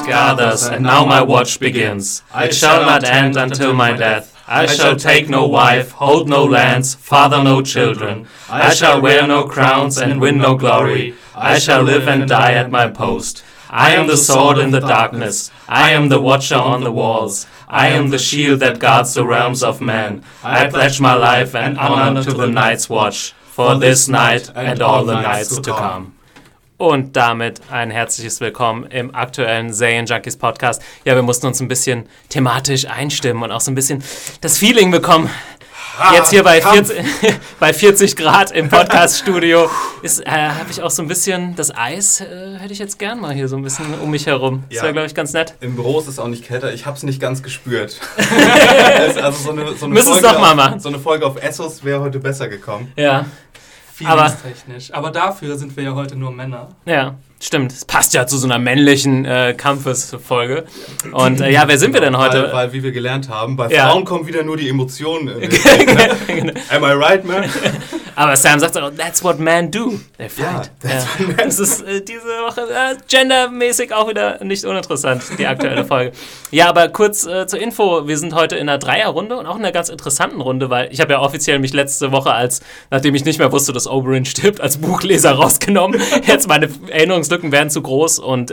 gathers, and now my watch begins. It shall not end until my death. I shall take no wife, hold no lands, father no children. I shall wear no crowns and win no glory. I shall live and die at my post. I am the sword in the darkness. I am the watcher on the walls. I am the shield that guards the realms of man. I pledge my life and honor to the Night's Watch, for this night and all the nights to come. Und damit ein herzliches Willkommen im aktuellen Serienjunkies Podcast. Ja, wir mussten uns ein bisschen thematisch einstimmen und auch so ein bisschen das Feeling bekommen. Jetzt hier bei 40 Grad im Podcast-Studio habe ich auch so ein bisschen das Eis, hätte ich jetzt gern mal hier so ein bisschen um mich herum. Das wäre, glaube ich, ganz nett. Im Büro ist es auch nicht kälter, ich habe es nicht ganz gespürt. Also Müssen es doch mal machen. So eine Folge auf Essos wäre heute besser gekommen. Ja. Feelingstechnisch. Aber dafür sind wir ja heute nur Männer. Ja, stimmt. Es passt ja zu so einer männlichen Kampfesfolge. Und ja, wer sind wir denn heute? Weil wie wir gelernt haben, bei Frauen kommen wieder nur die Emotionen. Am I right, man? Aber Sam sagt auch, that's what men do. They fight. Ja, das ist diese Woche gendermäßig auch wieder nicht uninteressant, die aktuelle Folge. Ja, aber kurz zur Info, wir sind heute in einer Dreierrunde und auch in einer ganz interessanten Runde, weil ich habe ja offiziell mich letzte Woche nachdem ich nicht mehr wusste, dass Oberyn stirbt, als Buchleser rausgenommen. Jetzt meine Erinnerungslücken werden zu groß und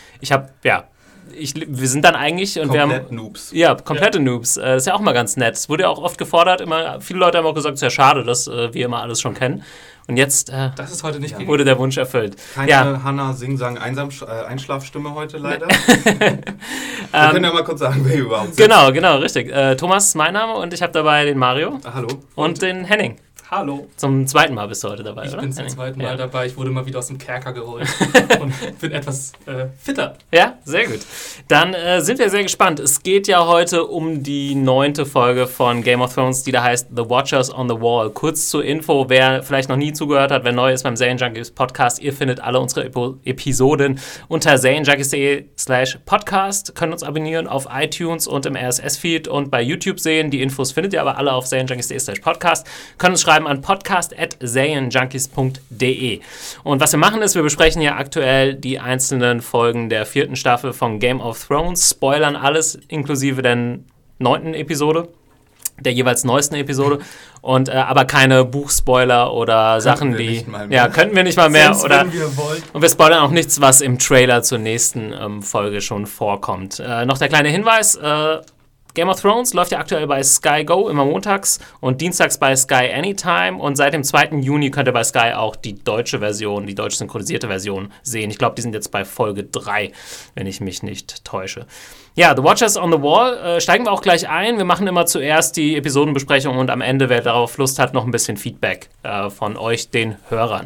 wir sind dann eigentlich... und komplett Noobs. Ja, komplette Noobs. Das ist ja auch mal ganz nett. Es wurde ja auch oft gefordert. Viele Leute haben auch gesagt, es ist ja schade, dass wir immer alles schon kennen. Und jetzt das ist heute nicht wurde der Wunsch erfüllt. Keine Hannah Sing-Sang Einschlafstimme heute leider. Wir können ja mal kurz sagen, wer überhaupt sind. Genau, richtig. Thomas ist mein Name und ich habe dabei den Mario. Hallo. Und den Henning. Hallo. Zum zweiten Mal bist du heute dabei, oder? Ich bin zum zweiten Mal dabei. Ich wurde mal wieder aus dem Kerker geholt und bin etwas fitter. Ja, sehr gut. Dann sind wir sehr gespannt. Es geht ja heute um die 9. Folge von Game of Thrones, die da heißt The Watchers on the Wall. Kurz zur Info, wer vielleicht noch nie zugehört hat, wer neu ist beim Serienjunkies Podcast, ihr findet alle unsere Episoden unter serienjunkies.de/podcast, könnt uns abonnieren auf iTunes und im RSS-Feed und bei YouTube sehen. Die Infos findet ihr aber alle auf serienjunkies.de/podcast. Könnt uns schreiben an podcast@serienjunkies.de. Und was wir machen ist, wir besprechen ja aktuell die einzelnen Folgen der 4. Staffel von Game of Thrones, spoilern alles inklusive der 9. Episode, der jeweils neuesten Episode, und aber keine Buchspoiler oder Sachen, die... Ja, könnten wir nicht mal mehr. Selbst wenn wir wollen. Und wir spoilern auch nichts, was im Trailer zur nächsten Folge schon vorkommt. Noch der kleine Hinweis, Game of Thrones läuft ja aktuell bei Sky Go immer montags und dienstags bei Sky Anytime, und seit dem 2. Juni könnt ihr bei Sky auch die deutsche Version, die deutsch synchronisierte Version sehen. Ich glaube, die sind jetzt bei Folge 3, wenn ich mich nicht täusche. Ja, The Watchers on the Wall, steigen wir auch gleich ein. Wir machen immer zuerst die Episodenbesprechung und am Ende, wer darauf Lust hat, noch ein bisschen Feedback von euch, den Hörern.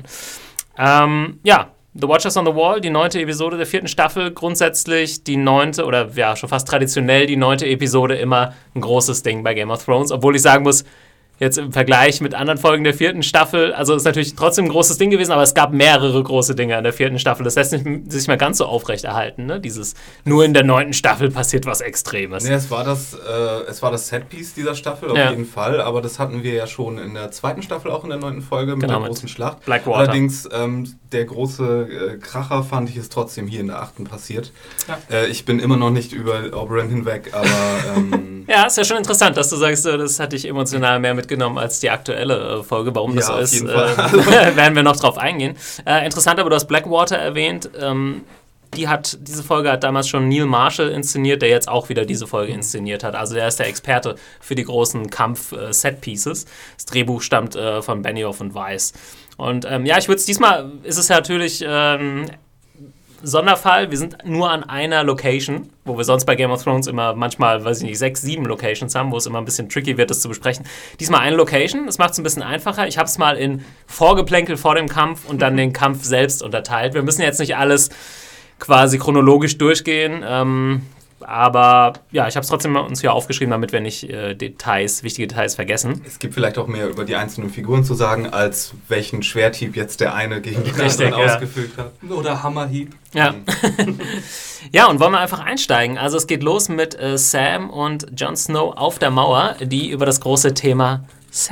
The Watchers on the Wall, die 9. Episode der 4. Staffel, grundsätzlich die 9. oder ja, schon fast traditionell die 9. Episode immer ein großes Ding bei Game of Thrones, obwohl ich sagen muss, jetzt im Vergleich mit anderen Folgen der 4. Staffel, also ist natürlich trotzdem ein großes Ding gewesen, aber es gab mehrere große Dinge in der 4. Staffel. Das lässt sich mal ganz so aufrechterhalten, ne? Dieses, nur in der 9. Staffel passiert was Extremes. Nee, es war das Setpiece dieser Staffel auf jeden Fall, aber das hatten wir ja schon in der 2. Staffel, auch in der 9. Folge mit der großen Schlacht. Blackwater. Allerdings, der große Kracher fand ich, ist trotzdem hier in der 8. passiert. Ja. Ich bin immer noch nicht über Oberyn hinweg, aber... ja, ist ja schon interessant, dass du sagst, das hat dich emotional mehr mitgenommen als die aktuelle Folge. Warum das so ist, werden wir noch drauf eingehen. Interessant, aber du hast Blackwater erwähnt. Diese Folge hat damals schon Neil Marshall inszeniert, der jetzt auch wieder diese Folge inszeniert hat. Also der ist der Experte für die großen Kampf-Set-Pieces. Das Drehbuch stammt von Benioff und Weiss. Und diesmal ist es ja natürlich Sonderfall. Wir sind nur an einer Location, wo wir sonst bei Game of Thrones immer manchmal, 6, 7 Locations haben, wo es immer ein bisschen tricky wird, das zu besprechen. Diesmal eine Location, das macht es ein bisschen einfacher. Ich habe es mal in Vorgeplänkel vor dem Kampf und dann den Kampf selbst unterteilt. Wir müssen jetzt nicht alles quasi chronologisch durchgehen, aber ja, ich habe es trotzdem uns hier aufgeschrieben, damit wir nicht wichtige Details vergessen. Es gibt vielleicht auch mehr über die einzelnen Figuren zu sagen, als welchen Schwerthieb jetzt der eine gegen den anderen ausgefügt hat. Oder Hammerhieb. Ja. Ja, und wollen wir einfach einsteigen. Also es geht los mit Sam und Jon Snow auf der Mauer, die über das große Thema Sex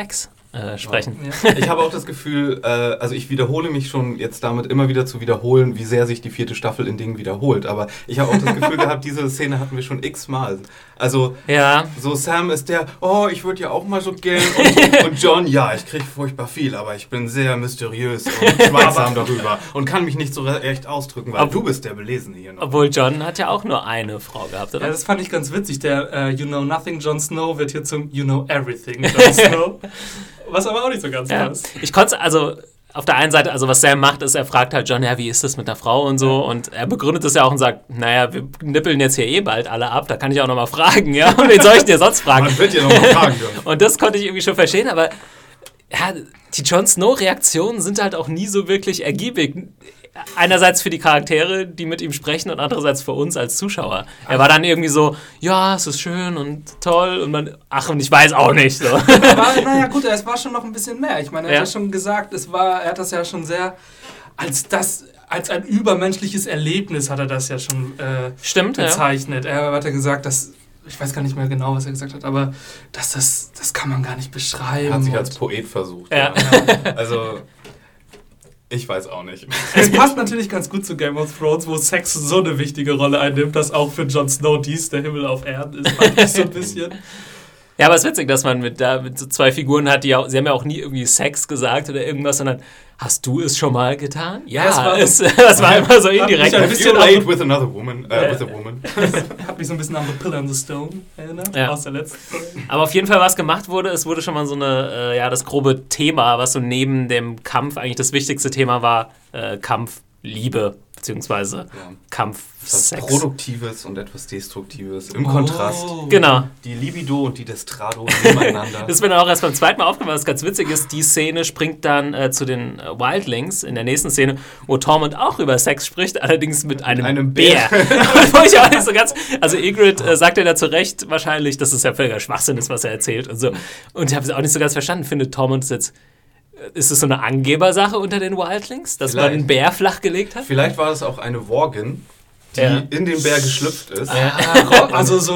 sprechen. Ja. Ich habe auch das Gefühl, also ich wiederhole mich schon jetzt damit immer wieder zu wiederholen, wie sehr sich die 4. Staffel in Dingen wiederholt. Aber ich habe auch das Gefühl gehabt, diese Szene hatten wir schon x-mal. Also so Sam ist der, ich würde ja auch mal so gern. Und John, ja, ich kriege furchtbar viel, aber ich bin sehr mysteriös und schweigsam darüber und kann mich nicht so recht ausdrücken, weil du bist der Belesene hier noch. Obwohl John hat ja auch nur eine Frau gehabt, oder? Ja, das fand ich ganz witzig. Der You Know Nothing Jon Snow wird hier zum You Know Everything Jon Snow. Was aber auch nicht so ganz passt. Ich konnte also auf der einen Seite, also was Sam macht, ist, er fragt halt John, ja, wie ist das mit einer Frau und so, und er begründet das ja auch und sagt, naja, wir nippeln jetzt hier bald alle ab, da kann ich auch nochmal fragen, ja, und wen soll ich dir sonst fragen? Man wird ja nochmal fragen dürfen. Und das konnte ich irgendwie schon verstehen, aber ja, die Jon Snow-Reaktionen sind halt auch nie so wirklich ergiebig. Einerseits für die Charaktere, die mit ihm sprechen, und andererseits für uns als Zuschauer. Er war dann irgendwie so, ja, es ist schön und toll, und und ich weiß auch nicht. So. Naja gut, es war schon noch ein bisschen mehr. Ich meine, er hat ja schon gesagt, er hat das ja schon sehr, als ein übermenschliches Erlebnis hat er das ja schon bezeichnet. Ja. Er hat ja gesagt, dass, ich weiß gar nicht mehr genau, was er gesagt hat, aber das kann man gar nicht beschreiben. Er hat sich als Poet versucht. Ja. Also... Ich weiß auch nicht. Es passt natürlich ganz gut zu Game of Thrones, wo Sex so eine wichtige Rolle einnimmt, dass auch für Jon Snow dies der Himmel auf Erden ist, fand ich so ein bisschen. Ja, aber es ist witzig, dass man mit so 2 Figuren hat, sie haben ja auch nie irgendwie Sex gesagt oder irgendwas, sondern hast du es schon mal getan? Ja, das war immer so indirekt. Have you laid with another woman? With a woman. Hat mich so ein bisschen an The Pillar and the Stone erinnert, aus der letzten Folge. Aber auf jeden Fall, was gemacht wurde, es wurde schon mal so das grobe Thema, was so neben dem Kampf eigentlich das wichtigste Thema war, Kampfliebe, beziehungsweise Kampfsex. Produktives und etwas Destruktives im Kontrast. Genau. Die Libido und die Destrado nebeneinander. Das ist mir dann auch erst beim zweiten Mal aufgefallen, was ganz witzig ist. Die Szene springt dann zu den Wildlings in der nächsten Szene, wo Tormund auch über Sex spricht, allerdings mit einem Bär. Wo ich auch nicht so ganz... Also Ygritte sagt ja da zu Recht wahrscheinlich, dass es ja völliger Schwachsinn ist, was er erzählt und so. Und ich habe es auch nicht so ganz verstanden. Findet Tormund jetzt... Ist es so eine Angebersache unter den Wildlings, dass man einen Bär flachgelegt hat? Vielleicht war es auch eine Worgen, die in den Bär geschlüpft ist. Also so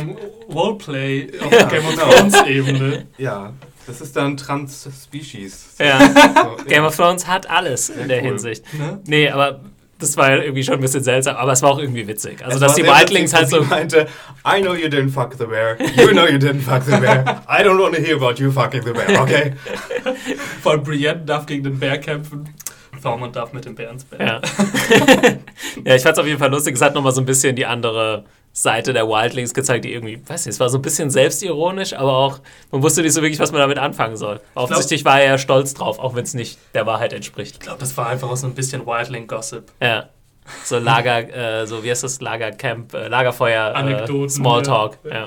Roleplay auf Game of Thrones-Ebene. Ja, das ist dann Trans-Species. Ja. So, Game of Thrones hat alles in der Hinsicht. Ne? Nee, aber... Das war irgendwie schon ein bisschen seltsam, aber es war auch irgendwie witzig. Also, dass die Wildlings halt so... Sie meinte, I know you didn't fuck the bear. You know you didn't fuck the bear. I don't want to hear about you fucking the bear, okay? Vor allem Brienne darf gegen den Bär kämpfen. Tormund darf mit dem Bär ins Bett. Ja, ja, ich fand es auf jeden Fall lustig. Es hat nochmal so ein bisschen die andere Seite der Wildlings gezeigt, die irgendwie, weiß nicht, es war so ein bisschen selbstironisch, aber auch, man wusste nicht so wirklich, was man damit anfangen soll. Offensichtlich war er ja stolz drauf, auch wenn es nicht der Wahrheit entspricht. Ich glaube, das war einfach auch so ein bisschen Wildling-Gossip. Ja. So wie heißt das? Lagercamp, Lagerfeuer, Anekdoten, Smalltalk. Ja.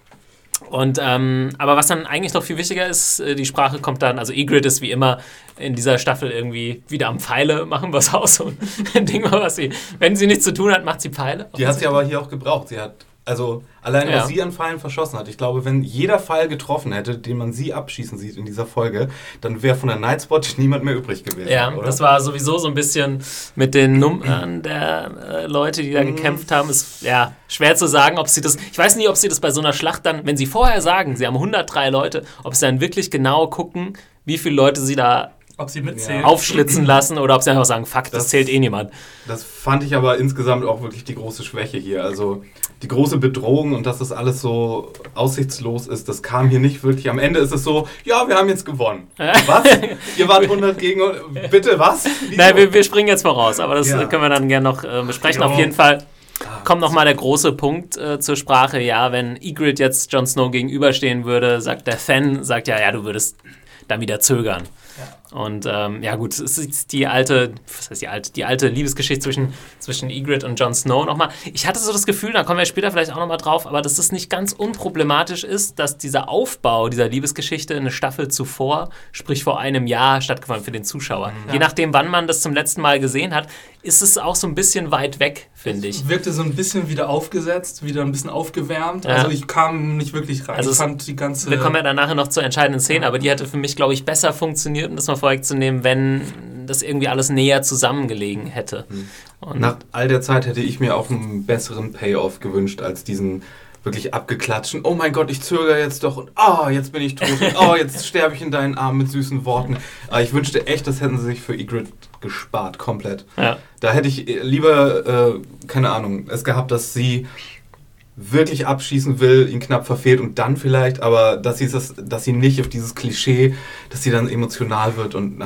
Und, aber was dann eigentlich noch viel wichtiger ist, die Sprache kommt dann, also Ygritte ist wie immer in dieser Staffel irgendwie wieder am Pfeile machen, was auch so ein Ding war, was wenn sie nichts zu tun hat, macht sie Pfeile. Die hat sie aber hier auch gebraucht. Sie hat, also allein was sie an Pfeilen verschossen hat, ich glaube, wenn jeder Pfeil getroffen hätte, den man sie abschießen sieht in dieser Folge, dann wäre von der Nightspot niemand mehr übrig gewesen. Ja, oder? Das war sowieso so ein bisschen mit den Nummern der Leute, die da gekämpft haben, ist ja schwer zu sagen, ob sie das, ich weiß nicht, ob sie das bei so einer Schlacht dann, wenn sie vorher sagen, sie haben 103 Leute, ob sie dann wirklich genau gucken, wie viele Leute sie da aufschlitzen lassen oder ob sie einfach sagen, fuck, das zählt eh niemand. Das fand ich aber insgesamt auch wirklich die große Schwäche hier. Also die große Bedrohung und dass das alles so aussichtslos ist, das kam hier nicht wirklich. Am Ende ist es so, ja, wir haben jetzt gewonnen. Was? Ihr wart 100 gegen... Bitte, was? Nein, wir springen jetzt voraus, aber das können wir dann gerne noch besprechen. Auf jeden Fall kommt nochmal der große Punkt zur Sprache. Ja, wenn Ygritte jetzt Jon Snow gegenüberstehen würde, sagt der Fan, ja, du würdest dann wieder zögern. Ja. Und ja gut, es ist die alte Liebesgeschichte zwischen Ygritte und Jon Snow nochmal. Ich hatte so das Gefühl, da kommen wir später vielleicht auch nochmal drauf, aber dass es nicht ganz unproblematisch ist, dass dieser Aufbau dieser Liebesgeschichte eine Staffel zuvor, sprich vor einem Jahr, stattgefunden für den Zuschauer. Ja. Je nachdem, wann man das zum letzten Mal gesehen hat, ist es auch so ein bisschen weit weg, finde ich. Wirkte so ein bisschen wieder aufgesetzt, wieder ein bisschen aufgewärmt. Ja. Also ich kam nicht wirklich rein. Also ich fand die ganze... Wir kommen ja dann nachher noch zur entscheidenden Szene, aber die hätte für mich, glaube ich, besser funktioniert, um das mal vorwegzunehmen, wenn das irgendwie alles näher zusammengelegen hätte. Und nach all der Zeit hätte ich mir auch einen besseren Payoff gewünscht als diesen wirklich abgeklatscht. Und, oh mein Gott, ich zögere jetzt doch und jetzt bin ich tot und jetzt sterbe ich in deinen Armen mit süßen Worten. Ich wünschte echt, das hätten sie sich für Ygritte gespart, komplett. Ja. Da hätte ich lieber, keine Ahnung, es gehabt, dass sie wirklich abschießen will, ihn knapp verfehlt und dann vielleicht, aber dass sie nicht auf dieses Klischee, dass sie dann emotional wird und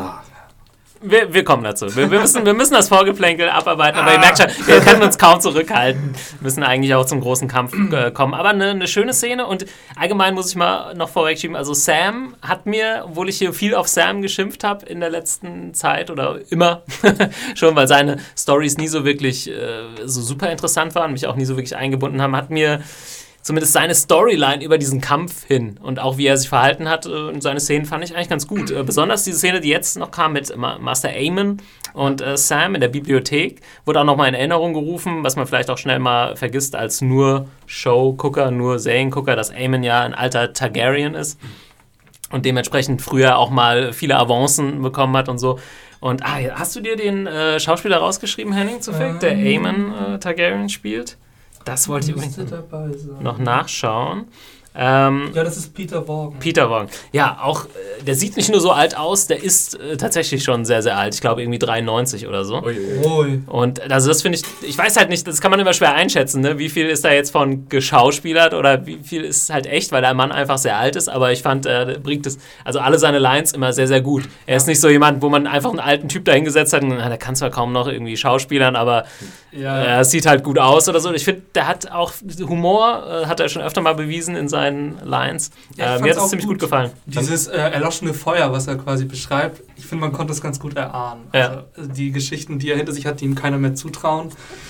Wir kommen dazu. Wir müssen das Vorgeplänkel abarbeiten, aber ihr merkt schon, wir können uns kaum zurückhalten. Wir müssen eigentlich auch zum großen Kampf kommen. Aber eine schöne Szene und allgemein muss ich mal noch vorwegschieben, also Sam hat mir, obwohl ich hier viel auf Sam geschimpft habe in der letzten Zeit oder immer schon, weil seine Storys nie so wirklich so super interessant waren, mich auch nie so wirklich eingebunden haben, hat mir zumindest seine Storyline über diesen Kampf hin und auch wie er sich verhalten hat und seine Szenen fand ich eigentlich ganz gut. Besonders diese Szene, die jetzt noch kam mit Master Aemon und Sam in der Bibliothek, wurde auch nochmal in Erinnerung gerufen, was man vielleicht auch schnell mal vergisst als nur Showgucker, nur Seriengucker, dass Aemon ja ein alter Targaryen ist und dementsprechend früher auch mal viele Avancen bekommen hat und so. Und hast du dir den Schauspieler rausgeschrieben, Henning, zufällig, der Aemon Targaryen spielt? Das wollte ich übrigens noch nachschauen. Ja, das ist Peter Vaughan. Peter Vaughan. Ja, auch, der sieht nicht nur so alt aus, der ist tatsächlich schon sehr, sehr alt. Ich glaube, irgendwie 93 oder so. Ui. Und also das finde ich weiß halt nicht, das kann man immer schwer einschätzen, ne? Wie viel ist da jetzt von geschauspielert oder wie viel ist halt echt, weil der Mann einfach sehr alt ist. Aber ich fand, er bringt es, also alle seine Lines immer sehr, sehr gut. Er ist nicht so jemand, wo man einfach einen alten Typ da hingesetzt hat und der kann zwar kaum noch irgendwie schauspielern, aber es sieht halt gut aus oder so. Ich finde, der hat auch Humor, hat er schon öfter mal bewiesen in seinen Lines. Mir hat es ziemlich gut gefallen. Dieses erloschene Feuer, was er quasi beschreibt, ich finde, man konnte es ganz gut erahnen. Ja. Also, die Geschichten, die er hinter sich hat, die ihm keiner mehr zutrauen,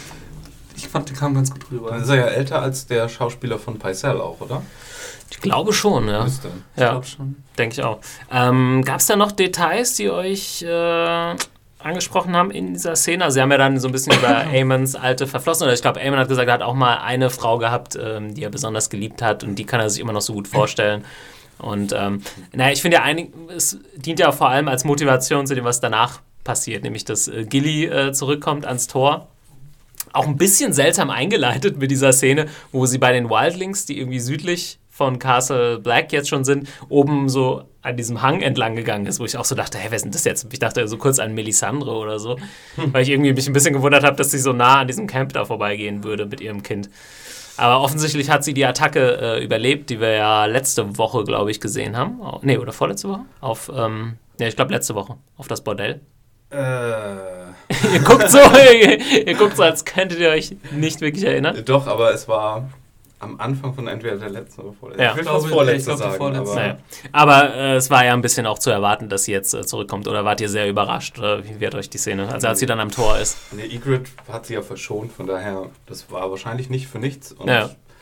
ich fand, die kamen ganz gut rüber. Dann ist er ja älter als der Schauspieler von Pycelle auch, oder? Ich glaube schon, ja. Ich glaube schon. Denke ich auch. Gab es da noch Details, die euch angesprochen haben in dieser Szene? Also sie haben ja dann so ein bisschen über Aemons alte verflossen, oder ich glaube, Aemon hat gesagt, er hat auch mal eine Frau gehabt, die er besonders geliebt hat und die kann er sich immer noch so gut vorstellen. Und ich finde ja, es dient ja vor allem als Motivation zu dem, was danach passiert, nämlich dass Gilly zurückkommt ans Tor. Auch ein bisschen seltsam eingeleitet mit dieser Szene, wo sie bei den Wildlings, die irgendwie südlich von Castle Black jetzt schon sind, oben so an diesem Hang entlang gegangen ist, wo ich auch so dachte, hey, wer ist denn das jetzt? Ich dachte so kurz an Melisandre oder so, weil ich irgendwie mich ein bisschen gewundert habe, dass sie so nah an diesem Camp da vorbeigehen würde mit ihrem Kind. Aber offensichtlich hat sie die Attacke überlebt, die wir ja letzte Woche, glaube ich, gesehen haben. Oder vorletzte Woche? Ich glaube letzte Woche, auf das Bordell. Ihr guckt so, als könntet ihr euch nicht wirklich erinnern. Doch, aber es war am Anfang von entweder der letzten oder vorletzten. Ja. Ich will das vorletzte sagen. Aber es war ja ein bisschen auch zu erwarten, dass sie jetzt zurückkommt. Oder wart ihr sehr überrascht? Oder wie wird euch die Szene, als sie dann am Tor ist? Nee, Ygritte hat sie ja verschont, von daher, das war wahrscheinlich nicht für nichts. Und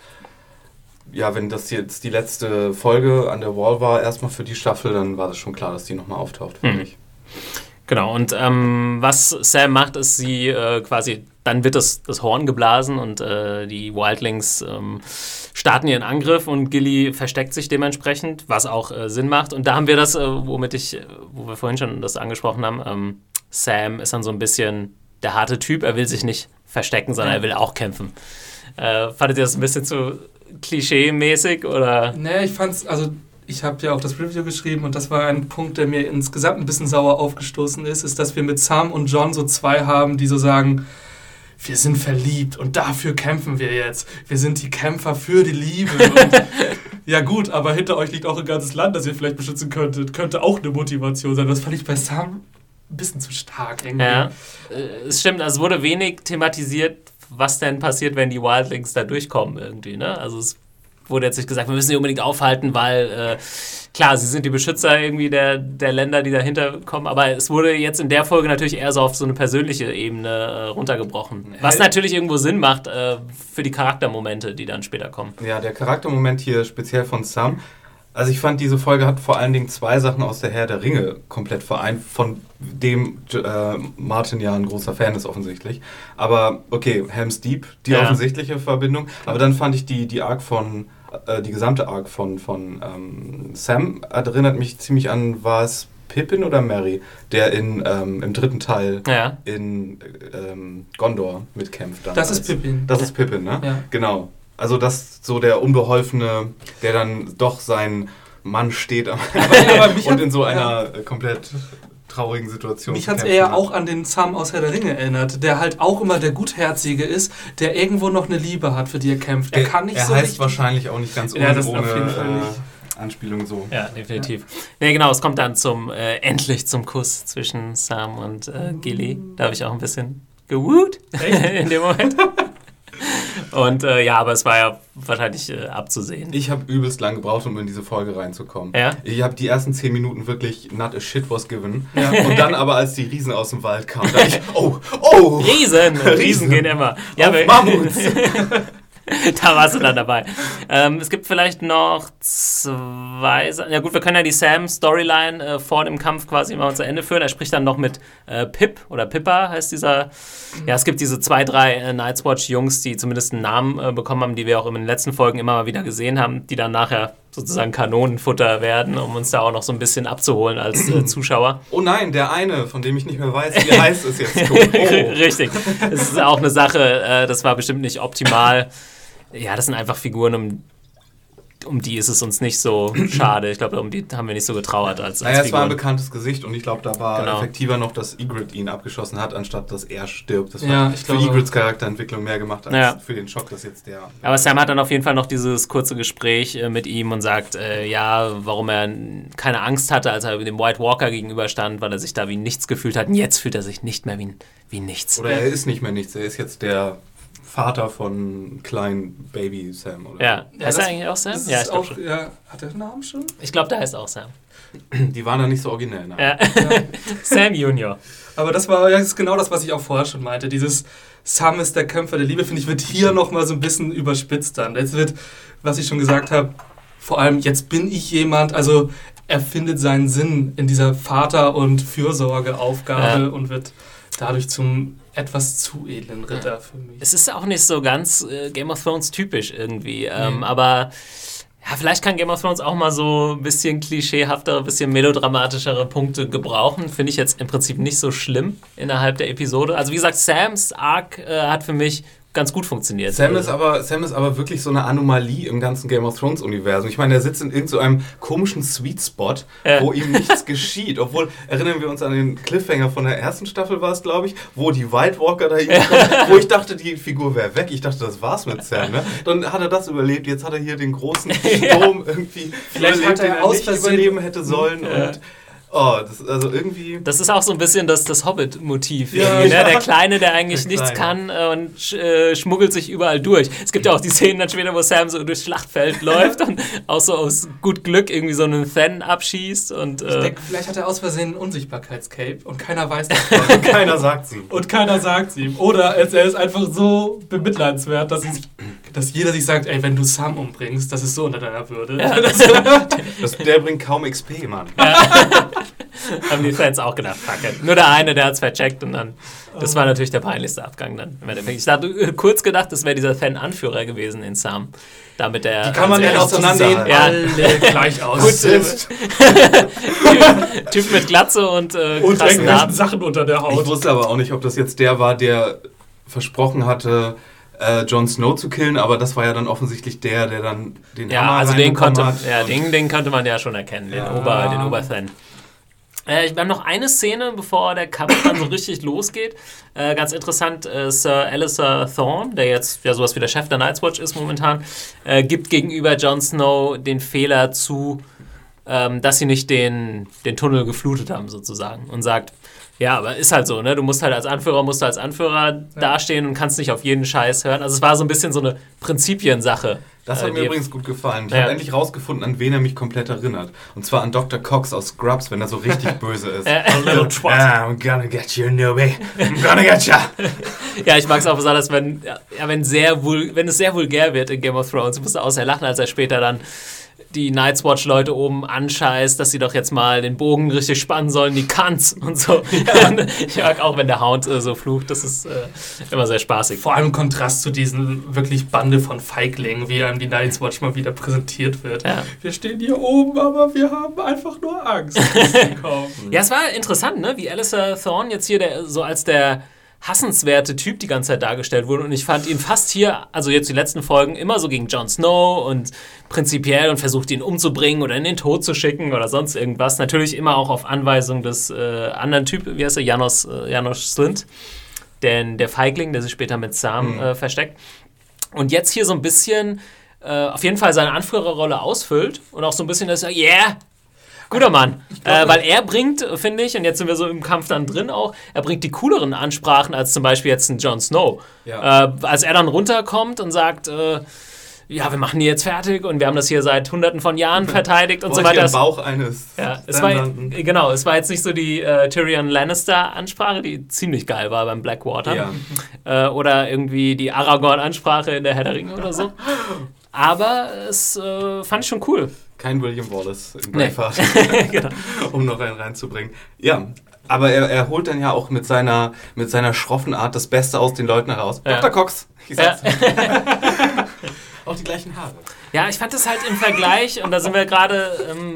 wenn das jetzt die letzte Folge an der Wall war, erstmal für die Staffel, dann war das schon klar, dass die nochmal auftaucht, finde ich. Genau, und was Sam macht, ist sie quasi, dann wird das Horn geblasen und die Wildlings starten ihren Angriff und Gilly versteckt sich dementsprechend, was auch Sinn macht. Und da haben wir das, wo wir vorhin schon das angesprochen haben, Sam ist dann so ein bisschen der harte Typ, er will sich nicht verstecken, sondern er will auch kämpfen. Fandet ihr das ein bisschen zu klischee-mäßig, oder? Nee, ich fand's, also ich habe ja auch das Review geschrieben und das war ein Punkt, der mir insgesamt ein bisschen sauer aufgestoßen ist, dass wir mit Sam und Jon so zwei haben, die so sagen, wir sind verliebt und dafür kämpfen wir jetzt. Wir sind die Kämpfer für die Liebe. Und ja gut, aber hinter euch liegt auch ein ganzes Land, das ihr vielleicht beschützen könntet. Könnte auch eine Motivation sein. Das fand ich bei Sam ein bisschen zu stark irgendwie. Ja, es stimmt, also es wurde wenig thematisiert, was denn passiert, wenn die Wildlings da durchkommen irgendwie, ne? Also es wurde jetzt nicht gesagt, wir müssen sie unbedingt aufhalten, weil, klar, sie sind die Beschützer irgendwie der Länder, die dahinter kommen, aber es wurde jetzt in der Folge natürlich eher so auf so eine persönliche Ebene runtergebrochen. Was natürlich irgendwo Sinn macht für die Charaktermomente, die dann später kommen. Ja, der Charaktermoment hier speziell von Sam, also ich fand, diese Folge hat vor allen Dingen zwei Sachen aus der Herr der Ringe komplett vereint, von dem Martin ja ein großer Fan ist offensichtlich. Aber okay, Helm's Deep, die offensichtliche Verbindung. Aber dann fand ich die gesamte Arc von Sam erinnert mich ziemlich an, war es Pippin oder Merry, der im dritten Teil in Gondor mitkämpft. Das ist Pippin. Das ist Pippin, ne? Ja. Genau. Also das so der Unbeholfene, der dann doch sein Mann steht und in so einer komplett traurigen Situation. Mich hat es eher auch an den Sam aus Herr der Ringe erinnert, der halt auch immer der Gutherzige ist, der irgendwo noch eine Liebe hat, für die er kämpft. Er kann nicht so heißt richtig wahrscheinlich auch nicht ganz ohne Anspielung so. Ja, definitiv. Ja. Nee, genau, es kommt dann endlich zum Kuss zwischen Sam und Gilly. Da habe ich auch ein bisschen gewoot in dem Moment. Und aber es war ja wahrscheinlich abzusehen. Ich habe übelst lang gebraucht, um in diese Folge reinzukommen. Ja? Ich habe die ersten 10 Minuten wirklich not a shit was given. Ja. Und dann aber, als die Riesen aus dem Wald kamen, dachte ich, oh! Riesen gehen immer. Ja, auf Mammuts! Da warst du dann dabei. Es gibt vielleicht noch 2... Ja gut, wir können ja die Sam-Storyline vor dem Kampf quasi mal zu Ende führen. Er spricht dann noch mit Pip oder Pippa heißt dieser... Ja, es gibt diese 2, 3 Night's Watch-Jungs, die zumindest einen Namen bekommen haben, die wir auch in den letzten Folgen immer mal wieder gesehen haben, die dann nachher sozusagen Kanonenfutter werden, um uns da auch noch so ein bisschen abzuholen als Zuschauer. Oh nein, der eine, von dem ich nicht mehr weiß, wie heißt es jetzt. Richtig. Das ist auch eine Sache, das war bestimmt nicht optimal. Ja, das sind einfach Figuren, um die ist es uns nicht so schade. Ich glaube, um die haben wir nicht so getrauert als Figuren. Es war ein bekanntes Gesicht und ich glaube, da war effektiver noch, dass Ygritte ihn abgeschossen hat, anstatt dass er stirbt. Das hat für Ygrittes Charakterentwicklung mehr gemacht, als für den Schock, dass jetzt der... Aber Sam hat dann auf jeden Fall noch dieses kurze Gespräch mit ihm und sagt, warum er keine Angst hatte, als er dem White Walker gegenüberstand, weil er sich da wie nichts gefühlt hat. Und jetzt fühlt er sich nicht mehr wie nichts. Oder er ist nicht mehr nichts, er ist jetzt der Vater von kleinen Baby Sam, oder? Ja, heißt er eigentlich auch Sam? Ja, ich glaube schon. Ja, hat er den Namen schon? Ich glaube, der heißt auch Sam. Die waren da nicht so originell, ne? Ja. Sam Junior. Aber das war jetzt genau das, was ich auch vorher schon meinte. Dieses Sam ist der Kämpfer der Liebe, finde ich, wird hier nochmal so ein bisschen überspitzt dann. Jetzt wird, was ich schon gesagt habe, vor allem jetzt bin ich jemand, also er findet seinen Sinn in dieser Vater- und Fürsorgeaufgabe und wird dadurch zum etwas zu edlen Ritter für mich. Es ist auch nicht so ganz Game of Thrones typisch irgendwie, aber ja, vielleicht kann Game of Thrones auch mal so ein bisschen klischeehaftere, ein bisschen melodramatischere Punkte gebrauchen. Finde ich jetzt im Prinzip nicht so schlimm innerhalb der Episode. Also wie gesagt, Sams Arc hat für mich ganz gut funktioniert. Sam ist aber wirklich so eine Anomalie im ganzen Game of Thrones Universum. Ich meine, er sitzt in irgendeinem komischen Sweet Spot, wo ihm nichts geschieht. Obwohl, erinnern wir uns an den Cliffhanger von der ersten Staffel war es, glaube ich, wo die White Walker da hinkommen, wo ich dachte, die Figur wäre weg. Ich dachte, das war's mit Sam. Ne? Dann hat er das überlebt. Jetzt hat er hier den großen Sturm irgendwie vielleicht überlebt, den er nicht überleben hätte sollen. Und das ist auch so ein bisschen das Hobbit-Motiv. Ne? Der Kleine, der eigentlich nichts kann und schmuggelt sich überall durch. Es gibt ja auch die Szenen dann später, wo Sam so durchs Schlachtfeld läuft und auch so aus gut Glück irgendwie so einen Fan abschießt. Und, ich denke, vielleicht hat er aus Versehen ein Unsichtbarkeitscape und keiner weiß davon. Und keiner sagt es ihm. Und keiner sagt es ihm. Oder er ist einfach so bemitleidenswert, dass jeder sich sagt, ey, wenn du Sam umbringst, das ist so unter deiner Würde. Ja. Der bringt kaum XP, Mann. Ja. Haben die Fans auch gedacht, fuck it. Nur der eine, der hat es vercheckt und dann, das war natürlich der peinlichste Abgang dann. Ich hatte kurz gedacht, das wäre dieser Fan-Anführer gewesen in Sam. Damit der die kann man ja auseinander alle gleich aus. Typ mit Glatze und irgendwelchen Sachen unter der Haut. Ich wusste aber auch nicht, ob das jetzt der war, der versprochen hatte, Jon Snow zu killen, aber das war ja dann offensichtlich der dann den Hammer also den konnte man ja schon erkennen, den Oberthan. Wir haben noch eine Szene, bevor der Kampf dann so richtig losgeht. Ganz interessant, Sir Alistair Thorne, der jetzt ja sowas wie der Chef der Night's Watch ist momentan, gibt gegenüber Jon Snow den Fehler zu, dass sie nicht den Tunnel geflutet haben sozusagen und sagt, ja, aber ist halt so, ne? Du musst halt als Anführer dastehen und kannst nicht auf jeden Scheiß hören. Also es war so ein bisschen so eine Prinzipiensache. Das hat mir übrigens gut gefallen. Ich habe endlich rausgefunden, an wen er mich komplett erinnert. Und zwar an Dr. Cox aus Scrubs, wenn er so richtig böse ist. I'm gonna get you, newbie. I'm gonna get you. Ja, ich mag es auch besonders, wenn es sehr vulgär wird in Game of Thrones. Ich musste außer lachen, als er später dann die Night's Watch-Leute oben anscheißt, dass sie doch jetzt mal den Bogen richtig spannen sollen, die Kants und so. Ja. Und ich mag auch, wenn der Hound so flucht, das ist immer sehr spaßig. Vor allem im Kontrast zu diesen wirklich Bande von Feiglingen, wie einem die Night's Watch mal wieder präsentiert wird. Ja. Wir stehen hier oben, aber wir haben einfach nur Angst. Ja, es war interessant, ne? Wie Alistair Thorne jetzt hier so als der hassenswerte Typ die ganze Zeit dargestellt wurde und ich fand ihn fast hier, also jetzt die letzten Folgen, immer so gegen Jon Snow und prinzipiell und versucht ihn umzubringen oder in den Tod zu schicken oder sonst irgendwas. Natürlich immer auch auf Anweisung des anderen Typen, wie heißt er, Janos Slynt, denn der Feigling, der sich später mit Sam versteckt. Und jetzt hier so ein bisschen auf jeden Fall seine Anführerrolle ausfüllt und auch so ein bisschen, dass er, guter Mann. Weil er bringt, finde ich, und jetzt sind wir so im Kampf dann drin auch, er bringt die cooleren Ansprachen als zum Beispiel jetzt ein Jon Snow. Ja. Als er dann runterkommt und sagt, wir machen die jetzt fertig und wir haben das hier seit Hunderten von Jahren verteidigt und so weiter. Der Bauch eines. Ja, es war jetzt nicht so die Tyrion Lannister-Ansprache, die ziemlich geil war beim Blackwater. Ja. Oder irgendwie die Aragorn-Ansprache in der Herr der Ringe oder so. Aber es fand ich schon cool. Kein William Wallace in Braveheart, genau. Um noch einen reinzubringen. Ja, aber er holt dann ja auch mit seiner schroffen Art das Beste aus den Leuten heraus. Ja. Dr. Cox, ich sag's. Auch die gleichen Haare. Ja, ich fand das halt im Vergleich, und da sind wir gerade...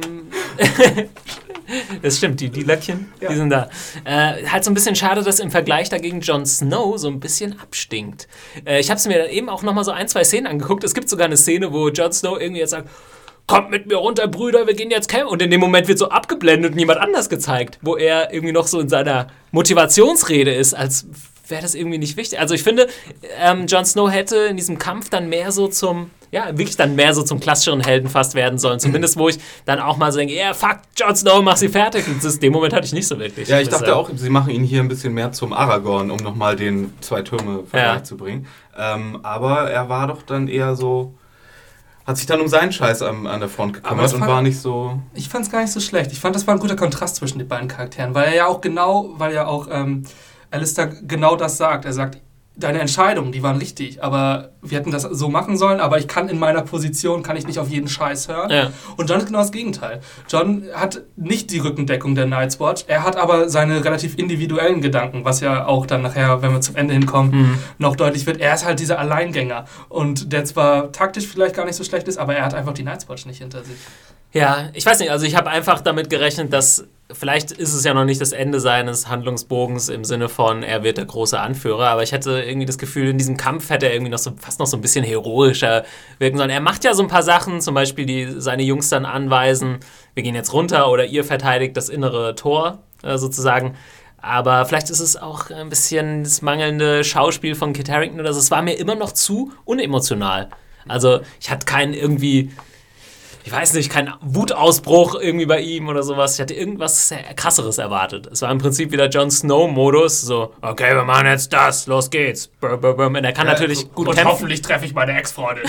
das stimmt, die Löckchen, die sind da. Halt so ein bisschen schade, dass im Vergleich dagegen Jon Snow so ein bisschen abstinkt. Ich habe es mir dann eben auch nochmal so 1-2 Szenen angeguckt. Es gibt sogar eine Szene, wo Jon Snow irgendwie jetzt sagt, kommt mit mir runter, Brüder, wir gehen jetzt campen. Und in dem Moment wird so abgeblendet und jemand anders gezeigt, wo er irgendwie noch so in seiner Motivationsrede ist, als wäre das irgendwie nicht wichtig. Also ich finde, Jon Snow hätte in diesem Kampf dann mehr so zum klassischeren Helden fast werden sollen. Zumindest, wo ich dann auch mal so denke, fuck, Jon Snow, mach sie fertig. Und dem Moment hatte ich nicht so wirklich. Ja, ich dachte auch, sie machen ihn hier ein bisschen mehr zum Aragorn, um nochmal den 2-Türme-Vergleich zu bringen. Aber er war doch dann eher so... Hat sich dann um seinen Scheiß an der Front gekümmert und war nicht so... Ich fand es gar nicht so schlecht. Ich fand, das war ein guter Kontrast zwischen den beiden Charakteren, weil Alistair genau das sagt. Er sagt, deine Entscheidungen, die waren richtig, aber wir hätten das so machen sollen, aber ich kann in meiner Position, kann ich nicht auf jeden Scheiß hören. Ja. Und Jon ist genau das Gegenteil. Jon hat nicht die Rückendeckung der Night's Watch, er hat aber seine relativ individuellen Gedanken, was ja auch dann nachher, wenn wir zum Ende hinkommen, noch deutlich wird. Er ist halt dieser Alleingänger und der zwar taktisch vielleicht gar nicht so schlecht ist, aber er hat einfach die Night's Watch nicht hinter sich. Ja, ich weiß nicht, also ich habe einfach damit gerechnet, dass vielleicht ist es ja noch nicht das Ende seines Handlungsbogens im Sinne von, er wird der große Anführer, aber ich hätte irgendwie das Gefühl, in diesem Kampf hätte er irgendwie fast noch so ein bisschen heroischer wirken sollen. Er macht ja so ein paar Sachen, zum Beispiel die seine Jungs dann anweisen, wir gehen jetzt runter oder ihr verteidigt das innere Tor sozusagen. Aber vielleicht ist es auch ein bisschen das mangelnde Schauspiel von Kit Harington oder so. Es war mir immer noch zu unemotional. Also ich hatte keinen Wutausbruch irgendwie bei ihm oder sowas. Ich hatte irgendwas sehr Krasseres erwartet. Es war im Prinzip wieder Jon Snow-Modus. So, okay, wir machen jetzt das, los geht's. Und er kann natürlich gut kämpfen. Und hoffentlich treffe ich meine Ex-Freundin.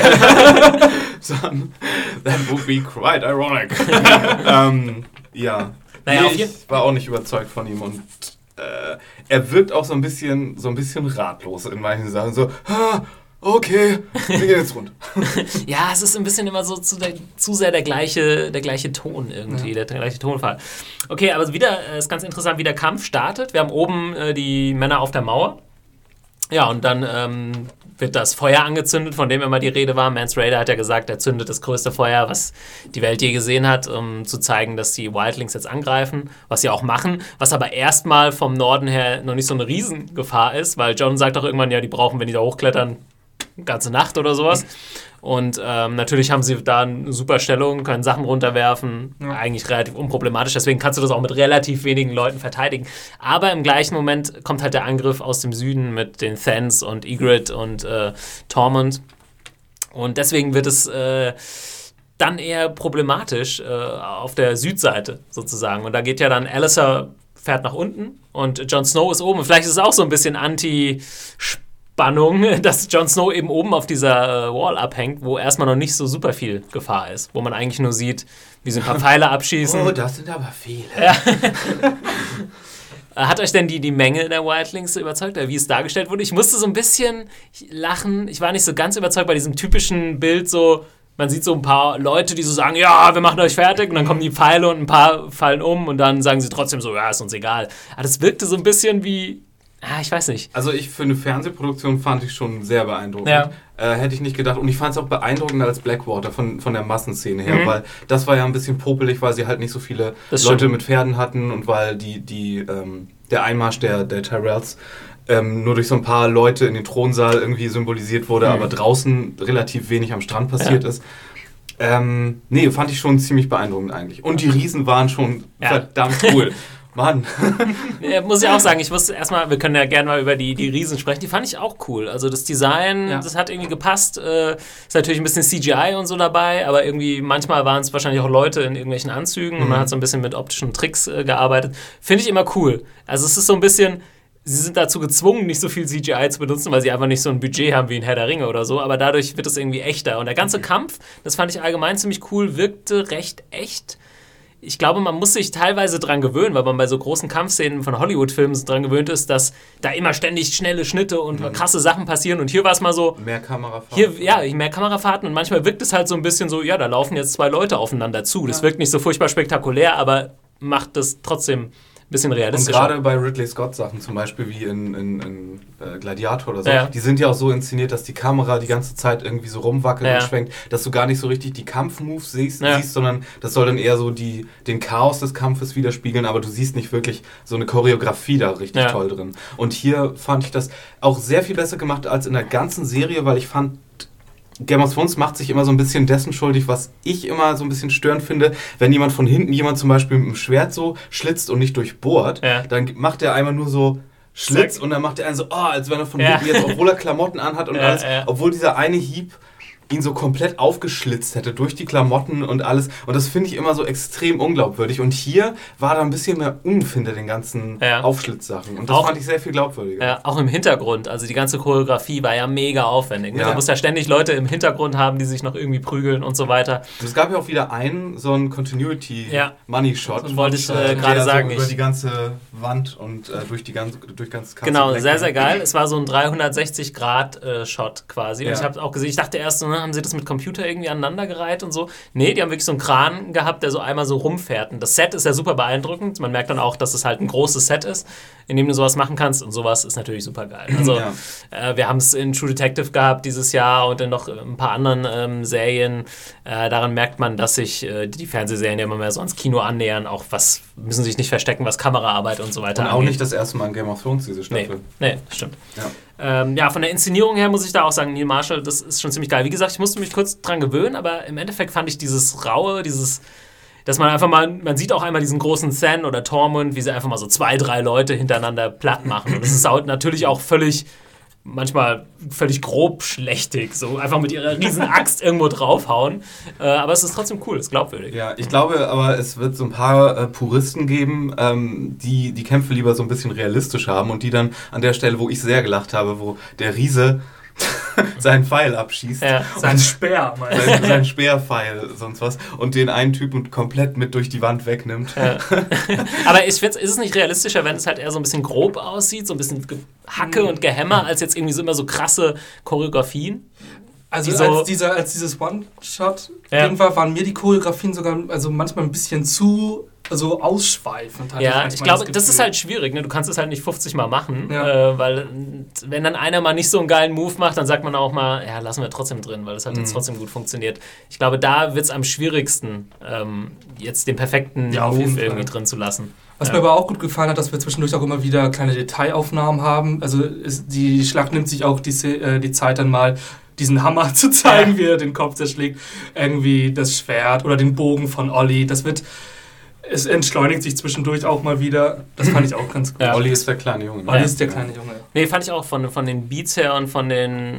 That would be quite ironic. Ja. Naja, ich war auch nicht überzeugt von ihm und er wirkt auch so ein bisschen ratlos in manchen Sachen. So, okay, wir gehen jetzt runter. Ja, es ist ein bisschen immer so zu sehr der gleiche Ton irgendwie, der gleiche Tonfall. Okay, aber wieder ist ganz interessant, wie der Kampf startet. Wir haben oben die Männer auf der Mauer. Ja, und dann wird das Feuer angezündet, von dem immer die Rede war. Mance Rayder hat ja gesagt, er zündet das größte Feuer, was die Welt je gesehen hat, um zu zeigen, dass die Wildlings jetzt angreifen, was sie auch machen, was aber erstmal vom Norden her noch nicht so eine Riesengefahr ist, weil Jon sagt auch irgendwann, ja, die brauchen, wenn die da hochklettern, ganze Nacht oder sowas. Und natürlich haben sie da eine super Stellung, können Sachen runterwerfen, eigentlich relativ unproblematisch, deswegen kannst du das auch mit relativ wenigen Leuten verteidigen. Aber im gleichen Moment kommt halt der Angriff aus dem Süden mit den Thens und Ygritte und Tormund. Und deswegen wird es dann eher problematisch auf der Südseite sozusagen. Und da geht ja dann Alistair fährt nach unten und Jon Snow ist oben. Und vielleicht ist es auch so ein bisschen Spannung, dass Jon Snow eben oben auf dieser Wall abhängt, wo erstmal noch nicht so super viel Gefahr ist, wo man eigentlich nur sieht, wie sie ein paar Pfeile abschießen. Oh, das sind aber viele. Ja. Hat euch denn die Menge der Wildlings überzeugt, wie es dargestellt wurde? Ich musste so ein bisschen lachen. Ich war nicht so ganz überzeugt bei diesem typischen Bild, so man sieht so ein paar Leute, die so sagen, ja, wir machen euch fertig und dann kommen die Pfeile und ein paar fallen um und dann sagen sie trotzdem so, ja, ist uns egal. Aber das wirkte so ein bisschen wie... ich weiß nicht. Also für eine Fernsehproduktion fand ich schon sehr beeindruckend. Ja. Hätte ich nicht gedacht. Und ich fand es auch beeindruckender als Blackwater von der Massenszene her, weil das war ja ein bisschen popelig, weil sie halt nicht so viele Leute mit Pferden hatten und weil der Einmarsch der Tyrells nur durch so ein paar Leute in den Thronsaal irgendwie symbolisiert wurde, aber draußen relativ wenig am Strand passiert ist. Fand ich schon ziemlich beeindruckend eigentlich. Und die Riesen waren schon verdammt cool. Mann. Muss ich auch sagen, wir können ja gerne mal über die Riesen sprechen, die fand ich auch cool. Also das Design, das hat irgendwie gepasst. Ist natürlich ein bisschen CGI und so dabei, aber irgendwie manchmal waren es wahrscheinlich auch Leute in irgendwelchen Anzügen und man hat so ein bisschen mit optischen Tricks gearbeitet. Finde ich immer cool. Also es ist so ein bisschen... Sie sind dazu gezwungen, nicht so viel CGI zu benutzen, weil sie einfach nicht so ein Budget haben wie in Herr der Ringe oder so, aber dadurch wird es irgendwie echter. Und der ganze Kampf, das fand ich allgemein ziemlich cool, wirkte recht echt. Ich glaube, man muss sich teilweise dran gewöhnen, weil man bei so großen Kampfszenen von Hollywood-Filmen dran gewöhnt ist, dass da immer ständig schnelle Schnitte und krasse Sachen passieren. Und hier war es mal so... Mehr Kamerafahrten. Mehr Kamerafahrten. Und manchmal wirkt es halt so ein bisschen so, da laufen jetzt 2 Leute aufeinander zu. Das wirkt nicht so furchtbar spektakulär, aber macht das trotzdem... bisschen realistischer. Und gerade bei Ridley Scott Sachen, zum Beispiel wie in Gladiator oder so, die sind ja auch so inszeniert, dass die Kamera die ganze Zeit irgendwie so rumwackelt und schwenkt, dass du gar nicht so richtig die Kampfmoves siehst, sondern das soll dann eher so den Chaos des Kampfes widerspiegeln, aber du siehst nicht wirklich so eine Choreografie da richtig toll drin. Und hier fand ich das auch sehr viel besser gemacht als in der ganzen Serie, weil ich fand, Game of Thrones macht sich immer so ein bisschen dessen schuldig, was ich immer so ein bisschen störend finde, wenn jemand von hinten zum Beispiel mit dem Schwert so schlitzt und nicht durchbohrt, dann macht er einmal nur so Schlitz und dann macht er einen so, als wenn er von hinten jetzt, obwohl er Klamotten anhat und alles, obwohl dieser eine Hieb ihn so komplett aufgeschlitzt hätte durch die Klamotten und alles. Und das finde ich immer so extrem unglaubwürdig. Und hier war da ein bisschen mehr Umf hinter den ganzen Aufschlitzsachen. Und das fand ich sehr viel glaubwürdiger. Ja, auch im Hintergrund. Also die ganze Choreografie war ja mega aufwendig. Ja. Du musst ja ständig Leute im Hintergrund haben, die sich noch irgendwie prügeln und so weiter. Und es gab ja auch wieder so einen Continuity-Money-Shot. Und wollte ich gerade sagen. So über die ganze Wand und durch ganz Genau, sehr, sehr geil. Es war so ein 360-Grad-Shot quasi. Und ich habe auch gesehen, ich dachte erst, haben sie das mit Computer irgendwie aneinandergereiht und so? Nee, die haben wirklich so einen Kran gehabt, der so einmal so rumfährt. Und das Set ist ja super beeindruckend. Man merkt dann auch, dass es halt ein großes Set ist, in dem du sowas machen kannst. Und sowas ist natürlich super geil. Also wir haben es in True Detective gehabt dieses Jahr und in noch ein paar anderen Serien. Daran merkt man, dass sich die Fernsehserien ja immer mehr so ans Kino annähern. Auch müssen sich nicht verstecken, was Kameraarbeit und so weiter angeht. Und auch nicht das erste Mal in Game of Thrones, diese Staffel. Nee, stimmt. Von der Inszenierung her muss ich da auch sagen, Neil Marshall, das ist schon ziemlich geil. Wie gesagt, ich musste mich kurz dran gewöhnen, aber im Endeffekt fand ich dieses Raue, dass man einfach mal, man sieht auch einmal diesen großen Than oder Tormund, wie sie einfach mal so 2, 3 Leute hintereinander platt machen. Und das ist natürlich auch manchmal völlig grob schlechtig, so einfach mit ihrer riesen Axt irgendwo draufhauen. Aber es ist trotzdem cool, es ist glaubwürdig. Ja, ich glaube aber, es wird so ein paar Puristen geben, die die Kämpfe lieber so ein bisschen realistisch haben und die dann an der Stelle, wo ich sehr gelacht habe, wo der Riese seinen Pfeil abschießt. Ja, sein Speer. Sein Speerpfeil, sonst was. Und den einen Typen komplett mit durch die Wand wegnimmt. Ja. Aber ist es nicht realistischer, wenn es halt eher so ein bisschen grob aussieht, so ein bisschen Hacke und Gehämmer, als jetzt irgendwie so immer so krasse Choreografien? Also als dieses One-Shot war, waren mir die Choreografien sogar manchmal ein bisschen zu ausschweifend. Ja, ich glaube, das ist halt schwierig. Ne? Du kannst es halt nicht 50 Mal machen, weil wenn dann einer mal nicht so einen geilen Move macht, dann sagt man auch mal, lassen wir trotzdem drin, weil das halt jetzt trotzdem gut funktioniert. Ich glaube, da wird es am schwierigsten, jetzt den perfekten Move irgendwie drin zu lassen. Was mir aber auch gut gefallen hat, dass wir zwischendurch auch immer wieder kleine Detailaufnahmen haben. Also die Schlacht nimmt sich auch die Zeit dann mal, diesen Hammer zu zeigen, wie er den Kopf zerschlägt, irgendwie das Schwert oder den Bogen von Olli. Es entschleunigt sich zwischendurch auch mal wieder. Das fand ich auch ganz gut. Ja. Olli ist der kleine Junge. Olli ist der kleine Junge. Nee, fand ich auch von den Beats her und vom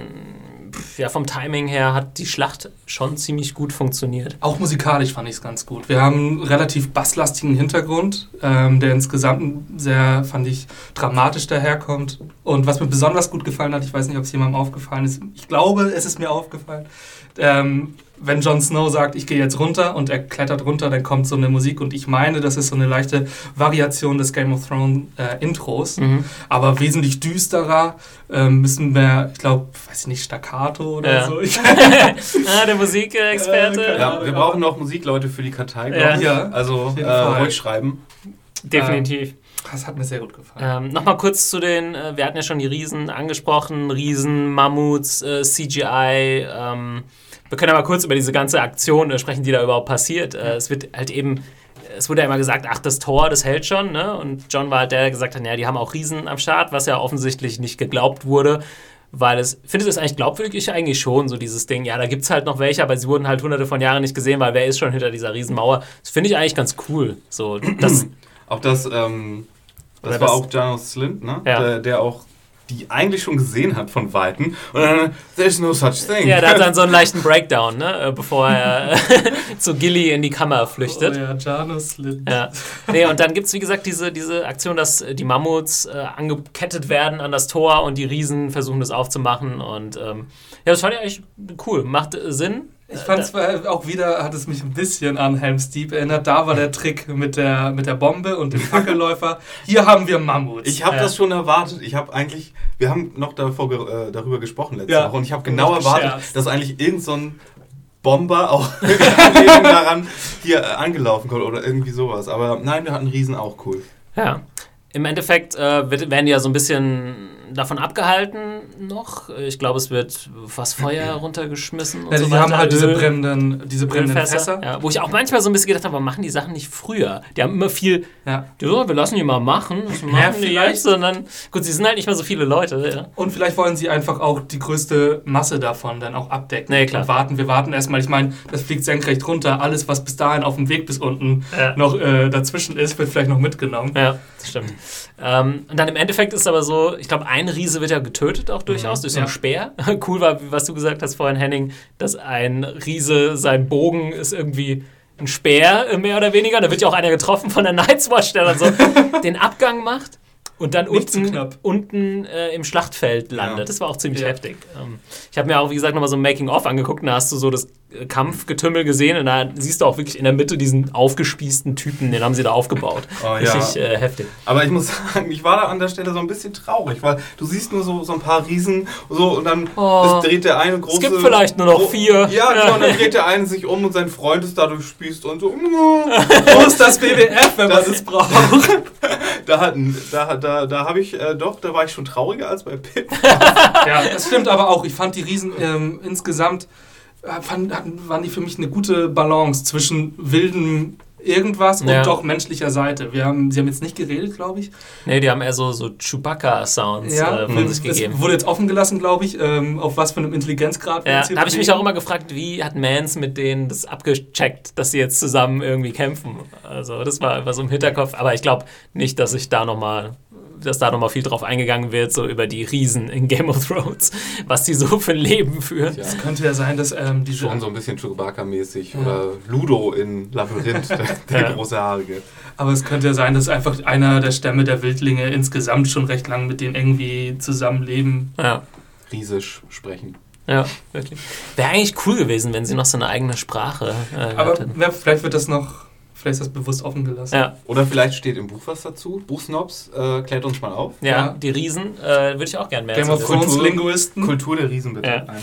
Timing her hat die Schlacht schon ziemlich gut funktioniert. Auch musikalisch fand ich es ganz gut. Wir haben einen relativ basslastigen Hintergrund, der insgesamt sehr, fand ich, dramatisch daherkommt. Und was mir besonders gut gefallen hat, ich weiß nicht, ob es jemandem aufgefallen ist, ich glaube, es ist mir aufgefallen, wenn Jon Snow sagt, ich gehe jetzt runter und er klettert runter, dann kommt so eine Musik und ich meine, das ist so eine leichte Variation des Game of Thrones Intros, aber wesentlich düsterer, müssen wir, ich glaube, Staccato oder so. Der Musikexperte. Ja, wir brauchen noch Musikleute für die Kartei, glaube ich. Ja, also ruhig schreiben. Definitiv. Das hat mir sehr gut gefallen. Nochmal kurz zu wir hatten ja schon die Riesen angesprochen, Riesen, Mammuts, CGI, wir können aber kurz über diese ganze Aktion sprechen, die da überhaupt passiert. Es wird halt eben es wurde ja immer gesagt, ach, das Tor, das hält schon, ne? Und John war halt der gesagt hat, ja, die haben auch Riesen am Start, was ja offensichtlich nicht geglaubt wurde, weil findet es eigentlich glaubwürdig? Eigentlich schon, so dieses Ding, ja, da gibt's halt noch welche, aber sie wurden halt hunderte von Jahren nicht gesehen, weil wer ist schon hinter dieser Riesenmauer? Das finde ich eigentlich ganz cool. So, auch das war auch Janos Slynt, ne? Ja. Der auch die eigentlich schon gesehen hat von Weitem. Und dann, there's no such thing. Ja, der hat dann so einen leichten Breakdown, ne? Bevor er zu Gilly in die Kammer flüchtet. Oh ja, Janos Slynt. Ja. Nee, und dann gibt es, wie gesagt, diese Aktion, dass die Mammuts angekettet werden an das Tor und die Riesen versuchen, das aufzumachen. Und ja, das fand ich eigentlich cool. Macht Sinn. Ich fand zwar auch wieder, hat es mich ein bisschen an Helm's Deep erinnert. Da war der Trick mit der Bombe und dem Fackelläufer. Hier haben wir Mammuts. Ich habe das schon erwartet. Wir haben noch darüber gesprochen letzte Woche und ich habe genau erwartet, dass eigentlich irgend so ein Bomber auch daran hier angelaufen kommt oder irgendwie sowas. Aber nein, wir hatten Riesen auch cool. Ja. Im Endeffekt werden die ja so ein bisschen davon abgehalten noch. Ich glaube, es wird Feuer runtergeschmissen und so weiter. Die haben halt diese brennenden Fässer. Ja, wo ich auch manchmal so ein bisschen gedacht habe, warum machen die Sachen nicht früher? Die haben immer viel, wir lassen die mal machen. Vielleicht. Sondern, gut, sie sind halt nicht mehr so viele Leute. Ja. Und vielleicht wollen sie einfach auch die größte Masse davon dann auch abdecken. Nee, klar. Und wir warten erstmal. Ich meine, das fliegt senkrecht runter. Alles, was bis dahin auf dem Weg bis unten noch dazwischen ist, wird vielleicht noch mitgenommen. Ja, das stimmt. Und dann im Endeffekt ist es aber so, ich glaube, ein Riese wird ja getötet auch durchaus durch so einen Speer. Cool war, was du gesagt hast vorhin, Henning, dass ein Riese, sein Bogen ist irgendwie ein Speer, mehr oder weniger. Da wird ja auch einer getroffen von der Night's Watch, der dann so den Abgang macht und dann unten im Schlachtfeld landet. Ja. Das war auch ziemlich heftig. Ich habe mir auch, wie gesagt, nochmal so ein Making-of angeguckt, und da hast du so das Kampfgetümmel gesehen und da siehst du auch wirklich in der Mitte diesen aufgespießten Typen, den haben sie da aufgebaut. Richtig heftig. Aber ich muss sagen, ich war da an der Stelle so ein bisschen traurig, weil du siehst nur so ein paar Riesen und dann dreht der eine große... Es gibt vielleicht nur noch 4. Ja, genau, und dann dreht der eine sich um und sein Freund ist dadurch spießt und so... Wo ist das WWF, wenn man es braucht? Da habe ich da war ich schon trauriger als bei Pip. Ja, das stimmt aber auch. Ich fand die Riesen insgesamt... waren die für mich eine gute Balance zwischen wildem irgendwas und doch menschlicher Seite. Sie haben jetzt nicht geredet, glaube ich. Nee, die haben eher so Chewbacca-Sounds von sich gegeben. Das wurde jetzt offen gelassen, glaube ich, auf was für einem Intelligenzgrad wir jetzt hier. Da habe ich mich auch immer gefragt, wie hat Mans mit denen das abgecheckt, dass sie jetzt zusammen irgendwie kämpfen. Also das war immer so im Hinterkopf, aber ich glaube nicht, dass da nochmal viel drauf eingegangen wird, so über die Riesen in Game of Thrones, was die so für ein Leben führen. Es könnte ja sein, dass diese... Schon so ein bisschen Chewbacca-mäßig oder Ludo in Labyrinth, der große Haarige. Aber es könnte ja sein, dass einfach einer der Stämme der Wildlinge insgesamt schon recht lang mit denen irgendwie zusammenleben. Ja. Riesisch sprechen. Ja, wirklich. Wäre eigentlich cool gewesen, wenn sie noch so eine eigene Sprache aber vielleicht wird das noch... Vielleicht ist das bewusst offen gelassen. Ja. Oder vielleicht steht im Buch was dazu. Buchsnobs, klärt uns mal auf. Ja, die Riesen würde ich auch gerne mehr Game of Thrones Linguisten. Kultur der Riesen, bitte. Ja.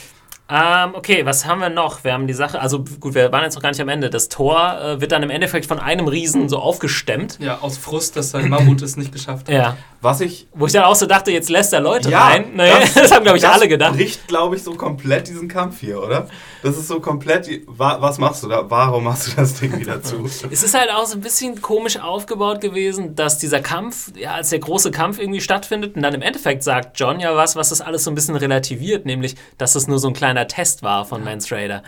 Okay, was haben wir noch? Wir haben die Sache, also gut, wir waren jetzt noch gar nicht am Ende. Das Tor wird dann im Endeffekt von einem Riesen so aufgestemmt. Ja, aus Frust, dass sein Mammut es nicht geschafft hat. Ja. Wo ich dann auch so dachte, jetzt lässt er Leute rein. Naja, das haben, glaube ich, alle gedacht. Das bricht, glaube ich, so komplett diesen Kampf hier, oder? Das ist so komplett, was machst du da? Warum machst du das Ding wieder zu? Es ist halt auch so ein bisschen komisch aufgebaut gewesen, dass dieser Kampf, als der große Kampf irgendwie stattfindet und dann im Endeffekt sagt Jon ja was das alles so ein bisschen relativiert, nämlich, dass das nur so ein kleiner Test war von Mance Rayder.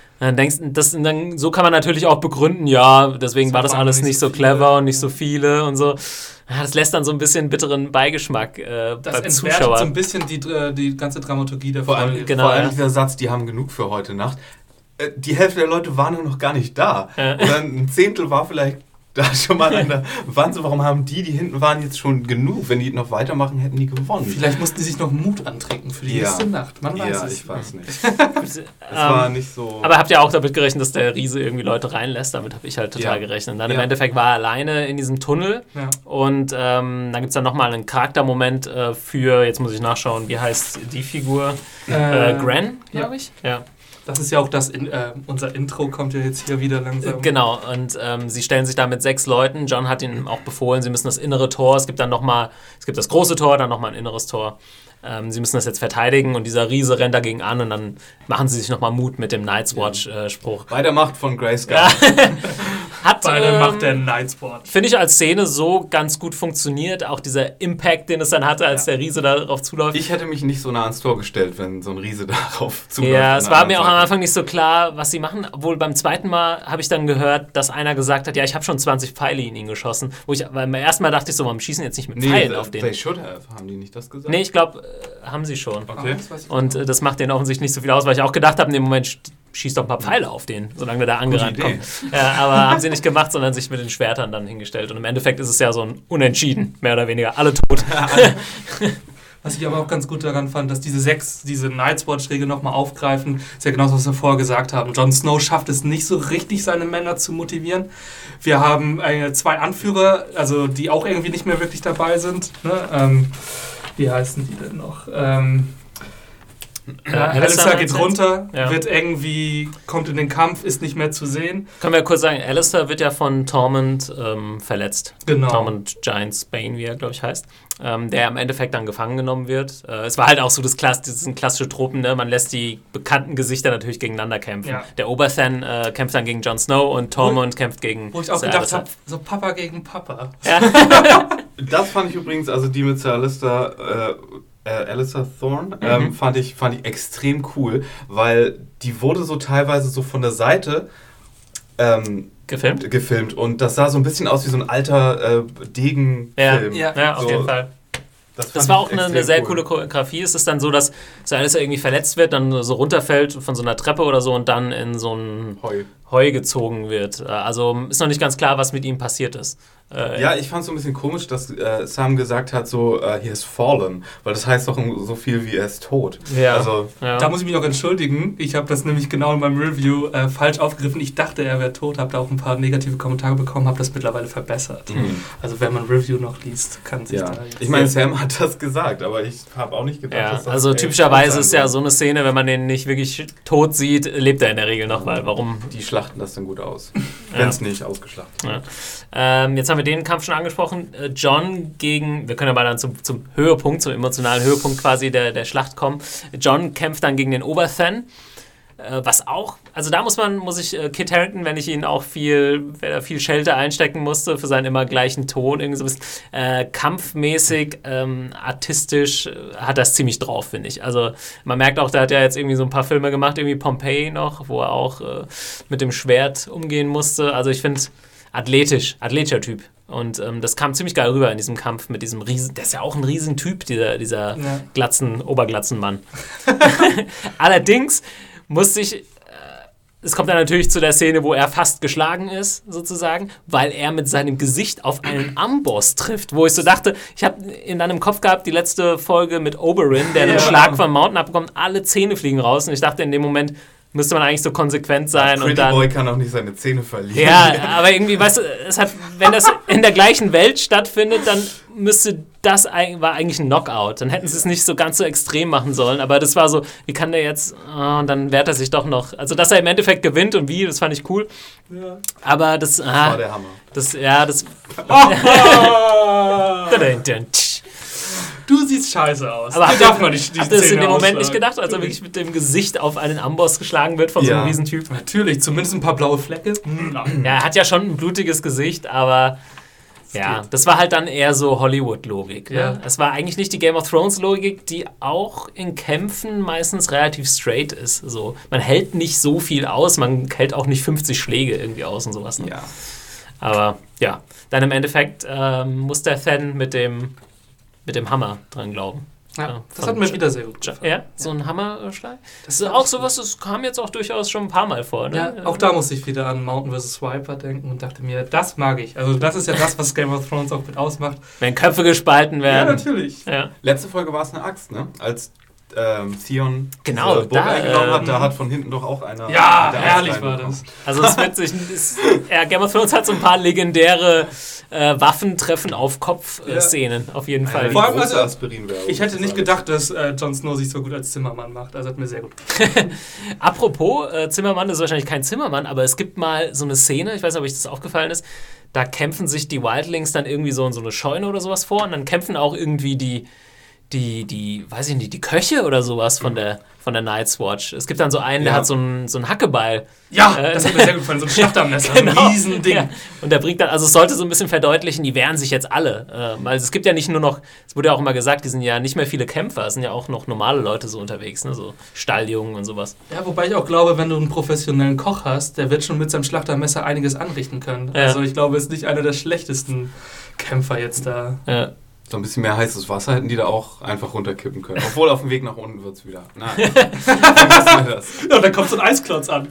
Dann so kann man natürlich auch begründen, deswegen war das alles nicht so clever und nicht so viele und so. Ja, das lässt dann so ein bisschen bitteren Beigeschmack beim Zuschauer. Das entwertet so ein bisschen die ganze Dramaturgie der Folge. Vor allem dieser Satz, die haben genug für heute Nacht. Die Hälfte der Leute waren ja noch gar nicht da. Oder ein Zehntel war vielleicht da schon mal an der Wand. Warum haben die hinten waren, jetzt schon genug? Wenn die noch weitermachen, hätten die gewonnen. Vielleicht mussten die sich noch Mut antrinken für die nächste Nacht. Man weiß es. Ich weiß nicht. Es war nicht so... Aber habt ihr auch damit gerechnet, dass der Riese irgendwie Leute reinlässt? Damit habe ich halt total gerechnet. Und dann im Endeffekt war er alleine in diesem Tunnel. Ja. Und dann gibt es dann nochmal einen Charaktermoment für, jetzt muss ich nachschauen, wie heißt die Figur? Gren, glaube ich. Ja. Das ist ja auch unser Intro kommt ja jetzt hier wieder langsam. Genau, und sie stellen sich da mit 6 Leuten. Jon hat ihnen auch befohlen, sie müssen das innere Tor, es gibt das große Tor, dann nochmal ein inneres Tor. Sie müssen das jetzt verteidigen und dieser Riese rennt dagegen an und dann machen sie sich nochmal Mut mit dem Night's Watch-Spruch. Bei der Macht von Grayskull. Weil dann macht der Nightsport. Finde ich als Szene so ganz gut funktioniert. Auch dieser Impact, den es dann hatte, als der Riese darauf zuläuft. Ich hätte mich nicht so nah ans Tor gestellt, wenn so ein Riese darauf zuläuft. Ja, es war mir auch am Anfang nicht so klar, was sie machen. Obwohl beim zweiten Mal habe ich dann gehört, dass einer gesagt hat, ja, ich habe schon 20 Pfeile in ihn geschossen. Weil beim ersten Mal dachte ich so, warum schießen jetzt nicht mit Pfeilen auf den? They should have. Haben die nicht das gesagt? Nee, ich glaube, haben sie schon. Okay. Und das macht denen offensichtlich nicht so viel aus, weil ich auch gedacht habe, in dem Moment schießt doch ein paar Pfeile auf den, solange wir da angerannt kommen. Ja, aber haben sie nicht gemacht, sondern sich mit den Schwertern dann hingestellt. Und im Endeffekt ist es ja so ein Unentschieden, mehr oder weniger. Alle tot. Was ich aber auch ganz gut daran fand, dass diese Nightsport-Schräge nochmal aufgreifen, ist ja genau das, was wir vorher gesagt haben. Jon Snow schafft es nicht so richtig, seine Männer zu motivieren. Wir haben 2 Anführer, also die auch irgendwie nicht mehr wirklich dabei sind. Ne? Wie heißen die denn noch? Alistair geht runter, kommt in den Kampf, ist nicht mehr zu sehen. Können wir kurz sagen, Alistair wird ja von Tormund verletzt. Genau. Tormund Giantsbane, wie er, glaube ich, heißt. Der im Endeffekt dann gefangen genommen wird. Es war halt auch so das sind klassische Tropen, ne? Man lässt die bekannten Gesichter natürlich gegeneinander kämpfen. Ja. Der Oberthan kämpft dann gegen Jon Snow und Tormund kämpft gegen... Wo ich auch gedacht habe, so Papa gegen Papa. Ja. Das fand ich übrigens, also die mit Sir Alistair Thorne, fand ich extrem cool, weil die wurde so teilweise so von der Seite gefilmt und das sah so ein bisschen aus wie so ein alter Degenfilm. Ja, auf jeden Fall. Das war auch eine sehr coole Choreografie. Es ist dann so, dass Sir Alistair irgendwie verletzt wird, dann so runterfällt von so einer Treppe oder so und dann in so ein Heu gezogen wird. Also ist noch nicht ganz klar, was mit ihm passiert ist. Ja, ich fand es so ein bisschen komisch, dass Sam gesagt hat, so, he has fallen, weil das heißt doch so viel wie er ist tot. Ja. Also, da muss ich mich noch entschuldigen. Ich habe das nämlich genau in meinem Review falsch aufgegriffen. Ich dachte, er wäre tot, habe da auch ein paar negative Kommentare bekommen, habe das mittlerweile verbessert. Also wenn man Review noch liest, kann sich da... Ich meine, Sam hat das gesagt, aber ich habe auch nicht gedacht, dass das... Also typischerweise ist ja so eine Szene, wenn man den nicht wirklich tot sieht, lebt er in der Regel noch, weil warum... Die schlachten das dann gut aus, wenn es nicht ausgeschlachtet wird. Jetzt haben wir den Kampf schon angesprochen. Jon gegen, wir können aber dann zum Höhepunkt, zum emotionalen Höhepunkt quasi der Schlacht kommen. Jon kämpft dann gegen den Oberthan. Was auch, also da muss ich Kit Harington, wenn er viel Schelte einstecken musste für seinen immer gleichen Ton, irgendwie so ein bisschen kampfmäßig, artistisch hat das ziemlich drauf, finde ich. Also man merkt auch, da hat er jetzt irgendwie so ein paar Filme gemacht, irgendwie Pompeii noch, wo er auch mit dem Schwert umgehen musste. Also ich finde, athletischer Typ. Und das kam ziemlich geil rüber in diesem Kampf mit diesem Riesen. Der ist ja auch ein Riesentyp, dieser oberglatzen Mann. Allerdings musste ich... Es kommt dann natürlich zu der Szene, wo er fast geschlagen ist, sozusagen, weil er mit seinem Gesicht auf einen Amboss trifft, wo ich so dachte, ich habe in deinem Kopf gehabt, die letzte Folge mit Oberyn, der einen Schlag vom Mountain abbekommt, alle Zähne fliegen raus und ich dachte in dem Moment, müsste man eigentlich so konsequent sein. Pretty Boy kann auch nicht seine Zähne verlieren. Ja, aber irgendwie, weißt du, wenn das in der gleichen Welt stattfindet, dann war eigentlich ein Knockout. Dann hätten sie es nicht so ganz so extrem machen sollen, aber das war so, wie kann der jetzt, und dann wehrt er sich doch noch. Also, dass er im Endeffekt gewinnt und wie, das fand ich cool. Ja. Aber das war der Hammer. Du siehst scheiße aus. Aber habt ihr das in dem Moment nicht gedacht, als er wirklich mit dem Gesicht auf einen Amboss geschlagen wird von so einem Riesentyp? Natürlich, zumindest ein paar blaue Flecke. Ja, er hat ja schon ein blutiges Gesicht, aber das war halt dann eher so Hollywood-Logik. Ja. Ne? Es war eigentlich nicht die Game of Thrones-Logik, die auch in Kämpfen meistens relativ straight ist. So, man hält nicht so viel aus, man hält auch nicht 50 Schläge irgendwie aus und sowas. Ne? Ja. Aber ja, dann im Endeffekt muss der Fan mit dem Hammer dran glauben. Ja, das hat mir wieder sehr gut gefallen. Ja, so ein Hammerschlag. Das ist auch sowas, das kam jetzt auch durchaus schon ein paar Mal vor. Ne? Ja, auch da musste ich wieder an Mountain vs. Viper denken und dachte mir, das mag ich. Also das ist ja das, was Game of Thrones auch mit ausmacht. Wenn Köpfe gespalten werden. Ja, natürlich. Ja. Letzte Folge war es eine Axt, ne? Als Theon Genommen hat, da hat von hinten doch auch einer... Ja, herrlich war das. Also es wird sich... Game of Thrones hat so ein paar legendäre Waffentreffen auf Kopf-Szenen, auf jeden Fall. Vor allem, ich hätte nicht gedacht, dass Jon Snow sich so gut als Zimmermann macht. Also hat mir sehr gut gefallen. Apropos, Zimmermann ist wahrscheinlich kein Zimmermann, aber es gibt mal so eine Szene, ich weiß nicht, ob euch das aufgefallen ist, da kämpfen sich die Wildlings dann irgendwie so in so eine Scheune oder sowas vor und dann kämpfen auch irgendwie die weiß ich nicht, die Köche oder sowas von der von der Night's Watch. Es gibt dann so einen, der hat so einen Hackebeil. Ja, das hat mir sehr gut gefallen, so ein Schlachtermesser, genau. Ein Riesending. Ja. Und der bringt dann, also es sollte so ein bisschen verdeutlichen, die wehren sich jetzt alle. Weil es gibt ja nicht nur noch, es wurde ja auch immer gesagt, die sind ja nicht mehr viele Kämpfer, es sind ja auch noch normale Leute so unterwegs, ne? So Stalljungen und sowas. Ja, wobei ich auch glaube, wenn du einen professionellen Koch hast, der wird schon mit seinem Schlachtermesser einiges anrichten können. Ja. Also ich glaube, es ist nicht einer der schlechtesten Kämpfer jetzt da. Ja. So ein bisschen mehr heißes Wasser hätten die da auch einfach runterkippen können. Obwohl auf dem Weg nach unten wird es wieder. Nein. Ja, dann kommt so ein Eisklotz an.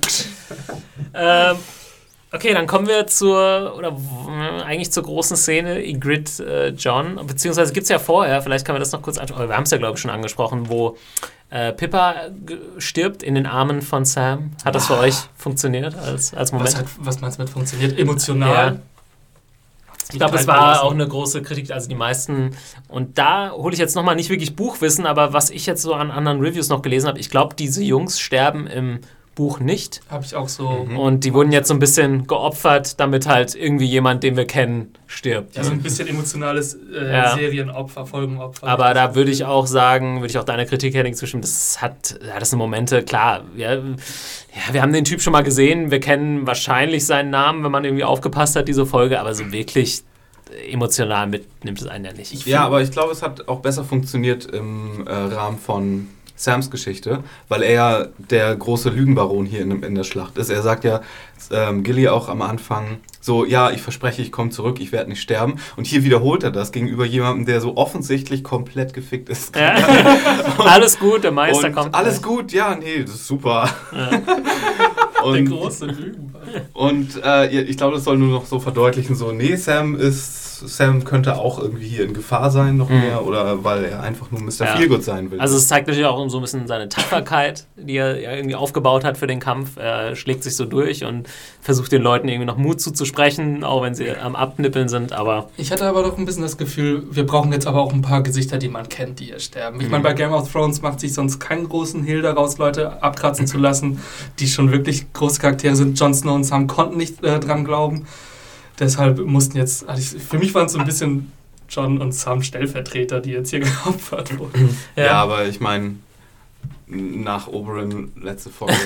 Okay, dann kommen wir eigentlich zur großen Szene, Ygritte, Jon. Beziehungsweise gibt es ja vorher, vielleicht können wir das noch kurz anschauen, wir haben es ja, glaube ich, schon angesprochen, wo Pippa stirbt in den Armen von Sam. Hat das für euch funktioniert als Moment? Was meinst du mit funktioniert? Emotional? Ja. Ich glaube, es war auch eine große Kritik, also die meisten, und da hole ich jetzt nochmal nicht wirklich Buchwissen, aber was ich jetzt so an anderen Reviews noch gelesen habe, ich glaube, diese Jungs sterben im Buch nicht. Habe ich auch so. Und die wurden jetzt so ein bisschen geopfert, damit halt irgendwie jemand, den wir kennen, stirbt. Ja, so ein bisschen emotionales Serienopfer, Folgenopfer. Aber da würde ich auch sagen, würde ich auch deiner Kritik, Henning, zustimmen, das sind Momente, klar, wir haben den Typ schon mal gesehen, wir kennen wahrscheinlich seinen Namen, wenn man irgendwie aufgepasst hat, diese Folge, aber so wirklich emotional mitnimmt es einen ja nicht. Ja, aber ich glaube, es hat auch besser funktioniert im Rahmen von Sams Geschichte, weil er ja der große Lügenbaron hier in der Schlacht ist. Er sagt ja Gilly auch am Anfang so, ja, ich verspreche, ich komme zurück, ich werde nicht sterben. Und hier wiederholt er das gegenüber jemandem, der so offensichtlich komplett gefickt ist. Ja. Alles gut, der Meister kommt. Alles gut, ja, nee, das ist super. Ja. Der große Lügenbaron. Und ich glaube, das soll nur noch so verdeutlichen, so, nee, Sam könnte auch irgendwie hier in Gefahr sein noch mehr oder weil er einfach nur Mr. Feelgood sein will. Also es zeigt natürlich auch so ein bisschen seine Tapferkeit, die er irgendwie aufgebaut hat für den Kampf. Er schlägt sich so durch und versucht den Leuten irgendwie noch Mut zuzusprechen, auch wenn sie am Abnippeln sind, aber... Ich hatte aber doch ein bisschen das Gefühl, wir brauchen jetzt aber auch ein paar Gesichter, die man kennt, die hier sterben. Ich meine, bei Game of Thrones macht sich sonst keinen großen Hehl daraus, Leute abkratzen zu lassen, die schon wirklich große Charaktere sind. Jon Snow und Sam konnten nicht dran glauben. Deshalb mussten jetzt, für mich waren es so ein bisschen Jon und Sam Stellvertreter, die jetzt hier geopfert wurden. Ja, aber ich meine, nach Oberyn letzte Folge,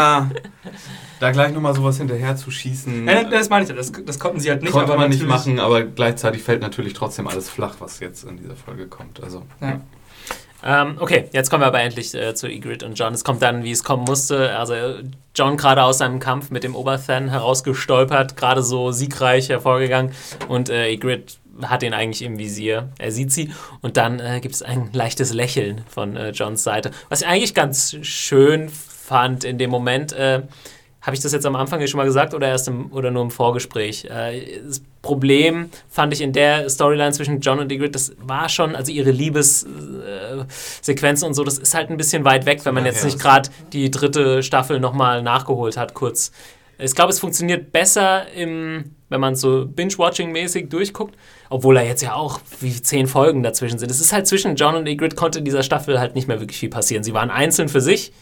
da gleich nochmal sowas hinterher zu schießen. Das meine ich ja, das konnten sie halt nicht. Konnte man nicht machen, aber gleichzeitig fällt natürlich trotzdem alles flach, was jetzt in dieser Folge kommt. Also, ja. Okay, jetzt kommen wir aber endlich zu Ygritte und Jon. Es kommt dann, wie es kommen musste. Also Jon gerade aus seinem Kampf mit dem Oberthan herausgestolpert, gerade so siegreich hervorgegangen. Und Ygritte hat ihn eigentlich im Visier. Er sieht sie und dann gibt es ein leichtes Lächeln von Jons Seite. Was ich eigentlich ganz schön fand in dem Moment. Habe ich das jetzt am Anfang schon mal gesagt oder nur im Vorgespräch? Das Problem fand ich in der Storyline zwischen Jon und Ygritte, das war schon, also ihre Liebessequenzen und so, das ist halt ein bisschen weit weg, wenn man jetzt nicht gerade die 3. Staffel nochmal nachgeholt hat, kurz. Ich glaube, es funktioniert besser, wenn man so Binge-Watching-mäßig durchguckt, obwohl da jetzt ja auch wie 10 Folgen dazwischen sind. Es ist halt zwischen Jon und Ygritte konnte in dieser Staffel halt nicht mehr wirklich viel passieren. Sie waren einzeln für sich.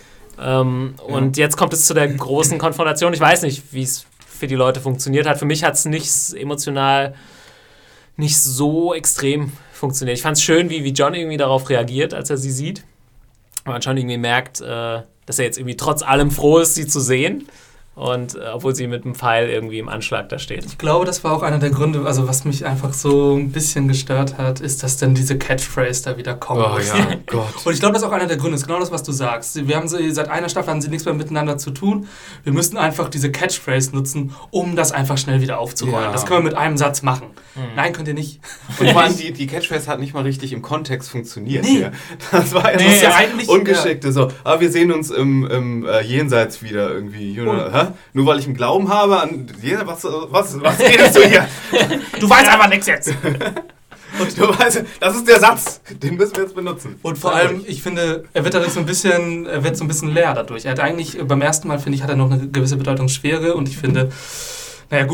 Und jetzt kommt es zu der großen Konfrontation. Ich weiß nicht, wie es für die Leute funktioniert hat. Für mich hat es emotional nicht so extrem funktioniert. Ich fand es schön, wie Jon irgendwie darauf reagiert, als er sie sieht. Und man schon irgendwie merkt, dass er jetzt irgendwie trotz allem froh ist, sie zu sehen. Und obwohl sie mit dem Pfeil irgendwie im Anschlag da steht. Ich glaube, das war auch einer der Gründe, also was mich einfach so ein bisschen gestört hat, ist, dass dann diese Catchphrase da wieder kommt. Oh ja, Gott. Und ich glaube, das ist auch einer der Gründe, ist genau das, was du sagst. Wir haben seit einer Staffel haben sie nichts mehr miteinander zu tun. Wir müssen einfach diese Catchphrase nutzen, um das einfach schnell wieder aufzuräumen. Ja. Das können wir mit einem Satz machen. Nein, könnt ihr nicht. Und vor allem die Catchphrase hat nicht mal richtig im Kontext funktioniert. Nee. Hier. Das war ja eigentlich Ungeschickte. So, wir sehen uns im Jenseits wieder irgendwie. Nur weil ich einen Glauben habe an was redest du hier? Du weißt einfach nichts jetzt. Und du weißt, das ist der Satz, den müssen wir jetzt benutzen. Und vor allem, ich finde, er wird so ein bisschen leer dadurch. Er hat eigentlich, beim ersten Mal, finde ich, hat er noch eine gewisse Bedeutungsschwere und ich finde, naja gut,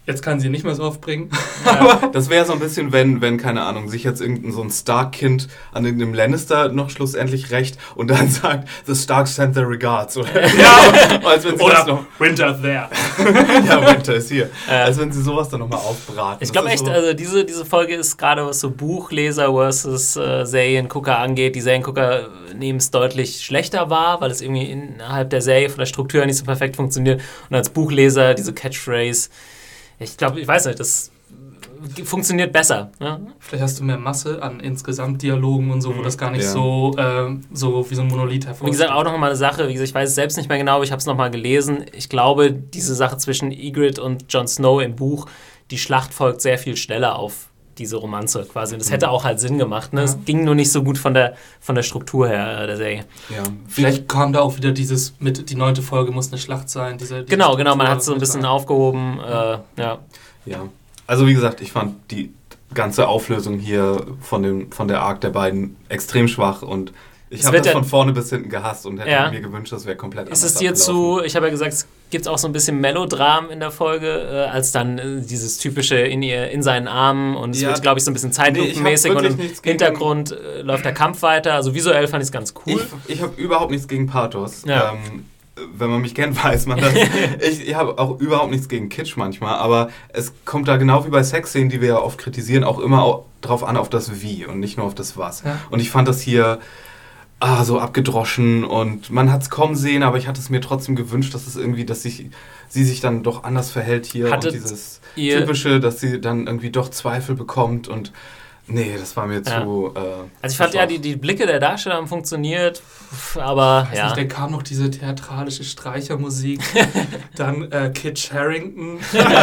Jetzt kann sie nicht mehr so oft bringen. Ja. Das wäre so ein bisschen, wenn, keine Ahnung, sich jetzt irgendein so ein Stark-Kind an dem Lannister noch schlussendlich rächt und dann sagt, the Starks send their regards. Oder als wenn sie das noch Winter's there. Ja, Winter ist hier. Als wenn sie sowas dann nochmal aufbraten. Ich glaube echt, so, also diese Folge ist gerade, was so Buchleser versus Seriengucker angeht. Die Seriengucker nehmen es deutlich schlechter wahr, weil es irgendwie innerhalb der Serie von der Struktur nicht so perfekt funktioniert. Und als Buchleser diese Catchphrase, ich glaube, ich weiß nicht, das funktioniert besser. Ne? Vielleicht hast du mehr Masse an insgesamt Dialogen und so, wo das gar nicht so wie so ein Monolith hervorsteht. Wie gesagt, auch noch mal eine Sache, wie gesagt, ich weiß es selbst nicht mehr genau, aber ich habe es noch mal gelesen. Ich glaube, diese Sache zwischen Ygritte und Jon Snow im Buch, die Schlacht folgt sehr viel schneller auf diese Romanze quasi. Und das hätte auch halt Sinn gemacht. Ne? Es ging nur nicht so gut von der Struktur her der Serie. Ja. Vielleicht kam da auch wieder dieses mit, die 9. Folge muss eine Schlacht sein. Diese genau, man hat es so ein bisschen aufgehoben. Ja. Also wie gesagt, ich fand die ganze Auflösung hier von der Arc der beiden extrem schwach und ich habe das von vorne bis hinten gehasst und hätte mir gewünscht, das wäre komplett anders. Ist es dir zu, ich habe ja gesagt, es gibt auch so ein bisschen Melodram in der Folge, als dann dieses typische in seinen Armen und es wird, glaube ich, so ein bisschen zeitlupenmäßig und im Hintergrund läuft der Kampf weiter. Also visuell fand ich es ganz cool. Ich habe überhaupt nichts gegen Pathos. Ja. Wenn man mich kennt, weiß man das. Ich habe auch überhaupt nichts gegen Kitsch manchmal, aber es kommt da genau wie bei Sexszenen, die wir ja oft kritisieren, auch immer drauf an, auf das Wie und nicht nur auf das Was. Ja. Und ich fand das hier so abgedroschen und man hat es kommen sehen, aber ich hatte es mir trotzdem gewünscht, dass es irgendwie, sie sich dann doch anders verhält hier und dieses Typische, dass sie dann irgendwie doch Zweifel bekommt und nee, das war mir zu... also ich fand die Blicke der Darsteller haben funktioniert, aber ich weiß nicht, dann kam noch diese theatralische Streichermusik, dann Kit Harington,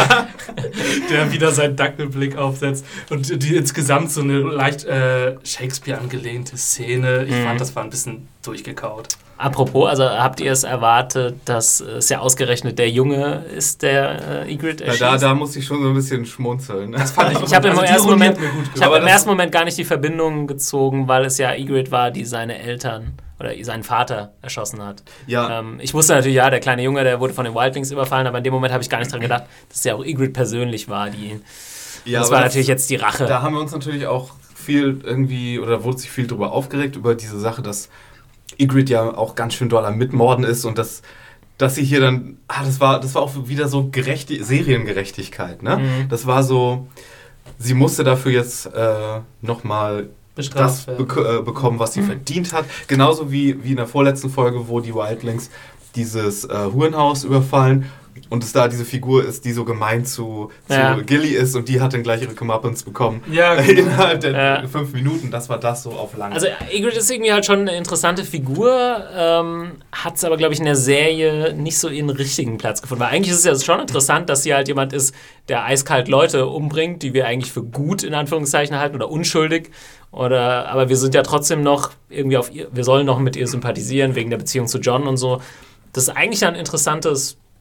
der wieder seinen Dackelblick aufsetzt und die insgesamt so eine leicht Shakespeare angelehnte Szene. Ich fand, das war ein bisschen durchgekaut. Apropos, also habt ihr es erwartet, dass es ja ausgerechnet der Junge ist, der Ygritte erschießt? Ja, da muss ich schon so ein bisschen schmunzeln. Das fand ich habe im ersten Moment gar nicht die Verbindung gezogen, weil es ja Ygritte war, die seine Eltern oder seinen Vater erschossen hat. Ja. Ich wusste natürlich, der kleine Junge, der wurde von den Wildlings überfallen, aber in dem Moment habe ich gar nicht dran gedacht, dass es ja auch Ygritte persönlich war, die ihn... das war natürlich jetzt die Rache. Da haben wir uns natürlich auch viel irgendwie, oder wurde sich viel drüber aufgeregt, über diese Sache, dass Ygritte ja auch ganz schön doll am Mitmorden ist und dass sie hier dann, das war auch wieder so Seriengerechtigkeit, ne? Das war so, sie musste dafür jetzt nochmal das bekommen, was sie verdient hat. Genauso wie in der vorletzten Folge, wo die Wildlings dieses Hurenhaus überfallen und es da diese Figur ist, die so gemein zu Gilly ist und die hat dann gleich ihre Comeuppance bekommen. Ja, genau. Innerhalb der 5 Minuten, das war das so auf lange. Also Ygritte ist irgendwie halt schon eine interessante Figur, hat es aber, glaube ich, in der Serie nicht so ihren richtigen Platz gefunden. Weil eigentlich ist es ja schon interessant, dass sie halt jemand ist, der eiskalt Leute umbringt, die wir eigentlich für gut, in Anführungszeichen, halten oder unschuldig. Aber wir sind ja trotzdem noch irgendwie wir sollen noch mit ihr sympathisieren, wegen der Beziehung zu Jon und so. Das ist eigentlich eine interessante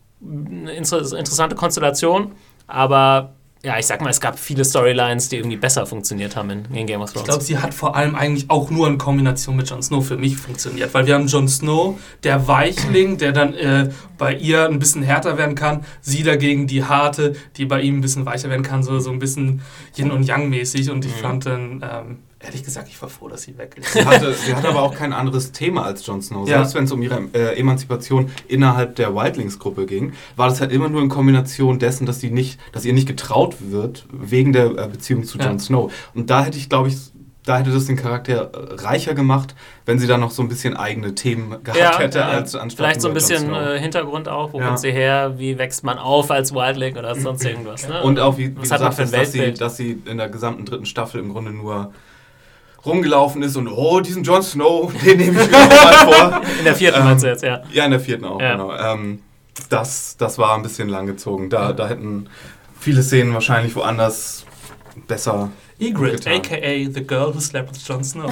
Konstellation, aber ja, ich sag mal, es gab viele Storylines, die irgendwie besser funktioniert haben in Game of Thrones. Ich glaube, sie hat vor allem eigentlich auch nur in Kombination mit Jon Snow für mich funktioniert, weil wir haben Jon Snow, der Weichling, der dann bei ihr ein bisschen härter werden kann, sie dagegen die Harte, die bei ihm ein bisschen weicher werden kann, so ein bisschen Yin und Yang mäßig und ich fand dann... ehrlich gesagt, ich war froh, dass sie weg ist. Sie hatte aber auch kein anderes Thema als Jon Snow. Selbst wenn es um ihre Emanzipation innerhalb der Wildlings-Gruppe ging, war das halt immer nur in Kombination dessen, dass ihr nicht getraut wird, wegen der Beziehung zu Jon Snow. Und da hätte das den Charakter reicher gemacht, wenn sie dann noch so ein bisschen eigene Themen gehabt hätte, anstatt vielleicht so ein bisschen Hintergrund auch, wo kommt sie her, wie wächst man auf als Wildling oder sonst irgendwas. Ne? Und auch, wie gesagt, dass sie in der gesamten 3. Staffel im Grunde nur rumgelaufen ist und diesen Jon Snow, den nehme ich mir mal vor. In der 4. meinst du jetzt, ja. Ja, in der 4. auch, genau. Das war ein bisschen langgezogen. Da hätten viele Szenen wahrscheinlich woanders besser Ygritte, a.k.a. The Girl Who Slept with Jon Snow.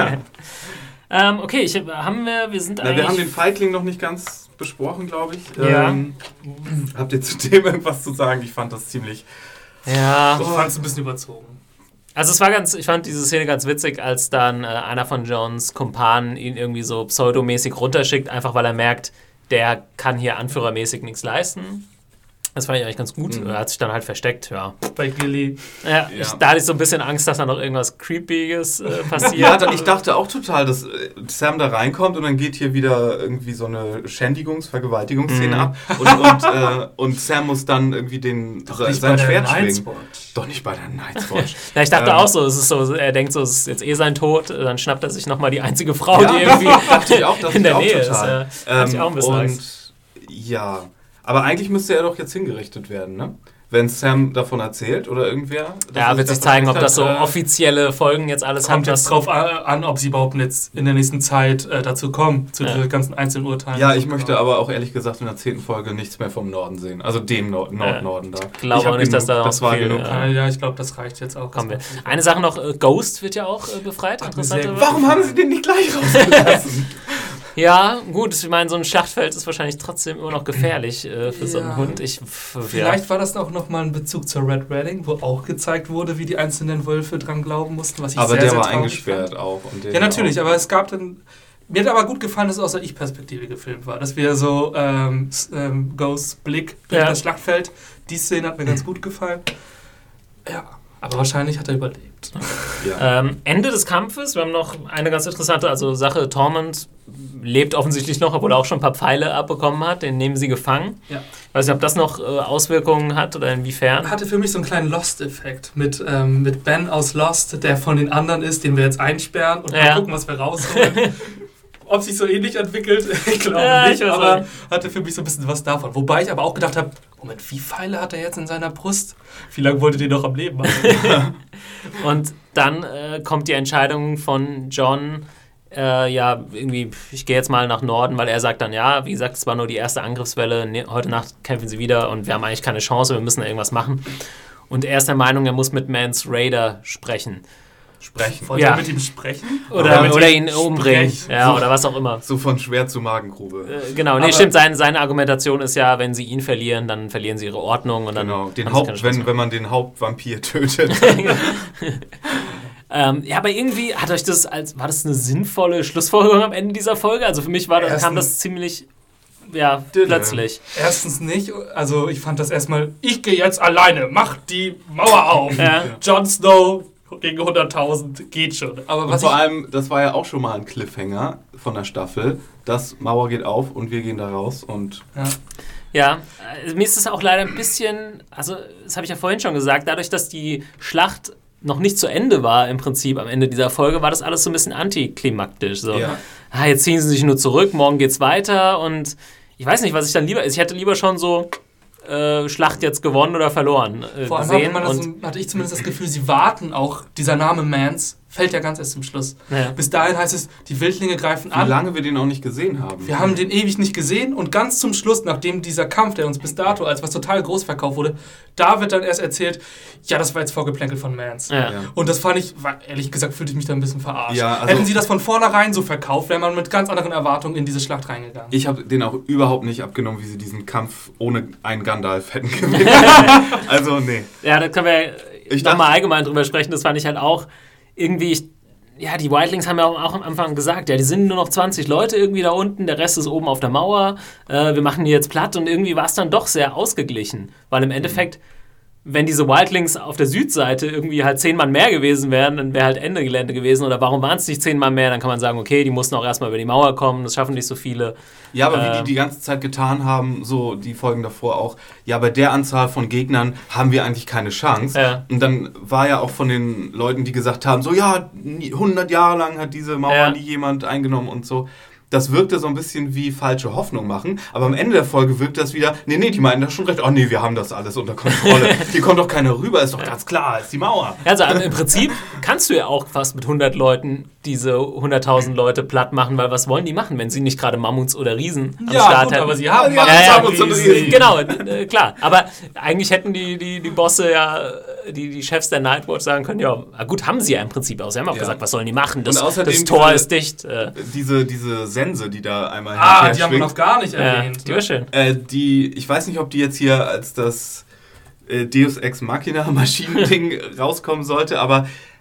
Okay, wir haben den Feigling noch nicht ganz besprochen, glaube ich. Ja. Habt ihr zu dem irgendwas zu sagen? Ich fand das ziemlich... Ja. Ich fand es ein bisschen überzogen. Also ich fand diese Szene ganz witzig, als dann einer von Jons Kumpanen ihn irgendwie so pseudomäßig runterschickt, einfach weil er merkt, der kann hier anführermäßig nichts leisten. Das fand ich eigentlich ganz gut. Er hat sich dann halt versteckt, ja. Bei Gilly. Ja, da hatte ich so ein bisschen Angst, dass da noch irgendwas Creepiges passiert. Ja, ich dachte auch total, dass Sam da reinkommt und dann geht hier wieder irgendwie so eine Vergewaltigungsszene ab und Sam muss dann irgendwie sein Schwert schwingen. Doch nicht bei der Night's Watch. Ja, ich dachte auch so, es ist so, er denkt so, es ist jetzt sein Tod, dann schnappt er sich nochmal die einzige Frau, die irgendwie in der Nähe ist. Ja. Ich auch ein bisschen Angst. Ja, aber eigentlich müsste er doch jetzt hingerichtet werden, ne? Wenn Sam davon erzählt oder irgendwer. Ja, wird sich zeigen, ob das so offizielle Folgen jetzt alles kommt jetzt drauf an, ob sie überhaupt jetzt in der nächsten Zeit dazu kommen, zu den ganzen einzelnen Urteilen. Ja, ich möchte aber auch ehrlich gesagt in der 10. Folge nichts mehr vom Norden sehen. Also dem Norden da. Ich glaube auch nicht, dass da das war genug. Ja, ich glaube, das reicht jetzt auch. Eine Sache noch, Ghost wird ja auch befreit. Warum haben sie den nicht gleich rausgelassen? Ja, gut, ich meine, so ein Schlachtfeld ist wahrscheinlich trotzdem immer noch gefährlich für so einen Hund. Vielleicht war das auch nochmal ein Bezug zur Red Wedding, wo auch gezeigt wurde, wie die einzelnen Wölfe dran glauben mussten, was ich aber sehr, der war sehr eingesperrt fand. Auch. Und ja, natürlich, aber es gab dann... Mir hat aber gut gefallen, dass es aus der Ich-Perspektive gefilmt war. Dass wir so Ghosts Blick durch das Schlachtfeld, die Szene hat mir ganz gut gefallen. Ja, aber wahrscheinlich hat er überlebt. Ja. Ende des Kampfes, wir haben noch eine ganz interessante Sache, Tormund lebt offensichtlich noch, obwohl er auch schon ein paar Pfeile abbekommen hat, den nehmen sie gefangen. Ja. Ich weiß nicht, ob das noch Auswirkungen hat oder inwiefern. Hatte für mich so einen kleinen Lost-Effekt mit Ben aus Lost, der von den anderen ist, den wir jetzt einsperren und mal gucken, was wir rausholen. Ob sich so ähnlich entwickelt, ich glaube nicht, aber hatte für mich so ein bisschen was davon. Wobei ich aber auch gedacht habe, Moment, wie Pfeile hat er jetzt in seiner Brust? Wie lange wollte den noch am Leben haben? Und dann kommt die Entscheidung von Jon, irgendwie, ich gehe jetzt mal nach Norden, weil er sagt dann, ja, wie gesagt, es war nur die erste Angriffswelle, heute Nacht kämpfen sie wieder und wir haben eigentlich keine Chance, wir müssen irgendwas machen. Und er ist der Meinung, er muss mit Mance Raider sprechen. Wollt ihr mit ihm sprechen? Oder ihn umbringen. Ja, oder was auch immer. So von Schwert zu Magengrube. Genau, stimmt. Seine Argumentation ist ja, wenn sie ihn verlieren, dann verlieren sie ihre Ordnung. Und dann wenn man den Hauptvampir tötet. Aber irgendwie war das eine sinnvolle Schlussfolgerung am Ende dieser Folge? Also für mich kam das ziemlich... Ja, plötzlich. Erstens nicht, also ich fand das erstmal, ich gehe jetzt alleine, mach die Mauer auf. Jon Snow gegen 100.000 geht schon. Aber vor allem, das war ja auch schon mal ein Cliffhanger von der Staffel, dass Mauer geht auf und wir gehen da raus und... Ja, mir ist es auch leider ein bisschen, das habe ich ja vorhin schon gesagt, dadurch, dass die Schlacht noch nicht zu Ende war im Prinzip am Ende dieser Folge, war das alles so ein bisschen antiklimaktisch. So. Ja. Jetzt ziehen sie sich nur zurück, morgen geht's weiter und ich weiß nicht, was ich dann lieber... Ich hätte lieber schon so Schlacht jetzt gewonnen oder verloren Vor allem hatte ich zumindest das Gefühl, sie warten auch, dieser Name Mance fällt ja ganz erst zum Schluss. Ja. Bis dahin heißt es, die Wildlinge greifen an. Wie lange wir den auch nicht gesehen haben. Wir haben den ewig nicht gesehen und ganz zum Schluss, nachdem dieser Kampf, der uns bis dato als was total groß verkauft wurde, da wird dann erst erzählt, ja, das war jetzt Vorgeplänkel von Mance. Ja. Und das fand ich, ehrlich gesagt, fühlte ich mich da ein bisschen verarscht. Ja, hätten sie das von vornherein so verkauft, wäre man mit ganz anderen Erwartungen in diese Schlacht reingegangen. Ich habe den auch überhaupt nicht abgenommen, wie sie diesen Kampf ohne einen Gandalf hätten gewinnen. Also, nee. Ja, da können wir nochmal allgemein drüber sprechen. Das fand ich halt auch irgendwie... die Wildlings haben ja auch am Anfang gesagt, die sind nur noch 20 Leute irgendwie da unten, der Rest ist oben auf der Mauer, wir machen die jetzt platt und irgendwie war es dann doch sehr ausgeglichen, weil im Endeffekt, wenn diese Wildlings auf der Südseite irgendwie halt 10 Mann mehr gewesen wären, dann wäre halt Ende Gelände gewesen oder warum waren es nicht 10 Mann mehr, dann kann man sagen, okay, die mussten auch erstmal über die Mauer kommen, das schaffen nicht so viele. Ja, aber wie die ganze Zeit getan haben, so die Folgen davor auch, ja, bei der Anzahl von Gegnern haben wir eigentlich keine Chance. Ja. Und dann war ja auch von den Leuten, die gesagt haben, so 100 Jahre lang hat diese Mauer nie jemand eingenommen und so. Das wirkte so ein bisschen wie falsche Hoffnung machen, aber am Ende der Folge wirkt das wieder, nee, die meinen das schon recht, wir haben das alles unter Kontrolle. Hier kommt doch keiner rüber, ist doch ganz klar, ist die Mauer. Also im Prinzip kannst du ja auch fast mit 100 Leuten diese 100.000 Leute platt machen, weil was wollen die machen, wenn sie nicht gerade Mammuts oder Riesen am Start haben? Aber sie haben Mammuts und Riesen. Genau, klar. Aber eigentlich hätten die Bosse die Chefs der Nightwatch sagen können, gut, haben sie ja im Prinzip auch. Sie haben auch gesagt, was sollen die machen? Das Tor ist dicht. Diese Sense, die da einmal die haben wir noch gar nicht erwähnt. Die war schön. Ich weiß nicht, ob die jetzt hier als das Deus Ex Machina Maschinending rauskommen sollte, aber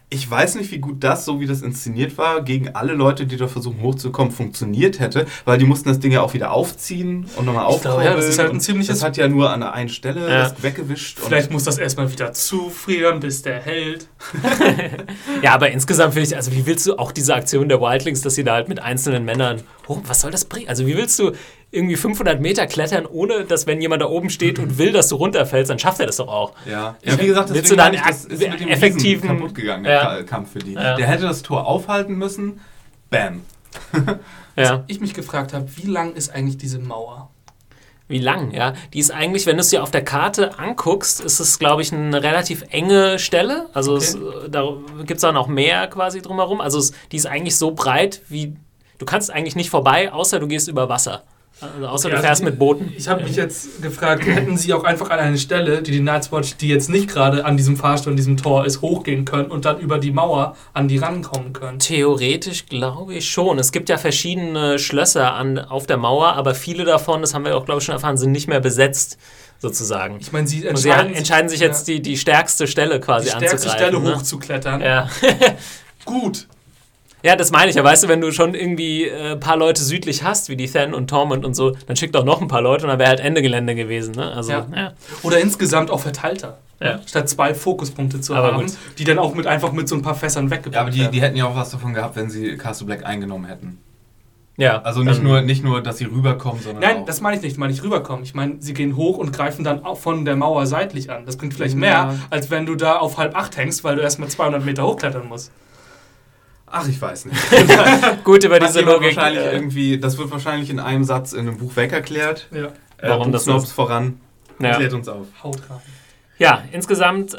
Ich weiß nicht, wie gut das, so wie das inszeniert war, gegen alle Leute, die da versuchen hochzukommen, funktioniert hätte, weil die mussten das Ding ja auch wieder aufziehen und nochmal aufkurbeln. Ja, das ist halt ein ziemliches... Das hat ja nur an der einen Stelle das weggewischt. Vielleicht muss das erstmal wieder zufrieren, bis der hält. Ja, aber insgesamt finde ich, also wie willst du auch diese Aktion der Wildlings, dass sie da halt mit einzelnen Männern hoch... Was soll das bringen? Also wie willst du irgendwie 500 Meter klettern, ohne dass, wenn jemand da oben steht und will, dass du runterfällst, dann schafft er das doch auch. Ja, wie gesagt, willst du dann das ist mit dem effektiven kaputt gegangen, der Kampf für die. Ja. Der hätte das Tor aufhalten müssen. Bam. Was ich mich gefragt habe, wie lang ist eigentlich diese Mauer? Wie lang, ja? Die ist eigentlich, wenn du es dir auf der Karte anguckst, ist es, glaube ich, eine relativ enge Stelle. Also da gibt es dann auch Meer quasi drumherum. Also die ist eigentlich so breit, wie... Du kannst eigentlich nicht vorbei, außer du gehst über Wasser. Also außer du fährst mit Booten. Ich habe mich jetzt gefragt, hätten sie auch einfach an eine Stelle, die Night's Watch, die jetzt nicht gerade an diesem Fahrstuhl, an diesem Tor ist, hochgehen können und dann über die Mauer an die rankommen können? Theoretisch glaube ich schon. Es gibt ja verschiedene Schlösser auf der Mauer, aber viele davon, das haben wir auch, glaube ich, schon erfahren, sind nicht mehr besetzt, sozusagen. Ich meine, sie entscheiden sich jetzt, die stärkste Stelle quasi anzugreifen. Die stärkste Stelle hochzuklettern. Ja. Gut. Ja, das meine ich ja. Weißt du, wenn du schon irgendwie ein paar Leute südlich hast, wie die Then und Tormund und so, dann schick doch noch ein paar Leute und dann wäre halt Ende Gelände gewesen. Ne? Also, ja. Oder insgesamt auch verteilter. Ja. Statt 2 Fokuspunkte zu haben, die dann auch einfach mit so ein paar Fässern weggebracht werden. Ja, aber die hätten ja auch was davon gehabt, wenn sie Castle Black eingenommen hätten. Ja. Also nicht nur, dass sie rüberkommen, sondern Nein, das meine ich nicht. Ich meine nicht rüberkommen. Ich meine, sie gehen hoch und greifen dann auch von der Mauer seitlich an. Das bringt vielleicht mehr, als wenn du da auf 7:30 hängst, weil du erstmal 200 Meter hochklettern musst. Ach, ich weiß nicht. Gut, über diese Logik. Das wird wahrscheinlich in einem Satz in einem Buch wegerklärt. Ja. Warum das Snobs voran. Klärt uns auf. Haut rein. Ja, insgesamt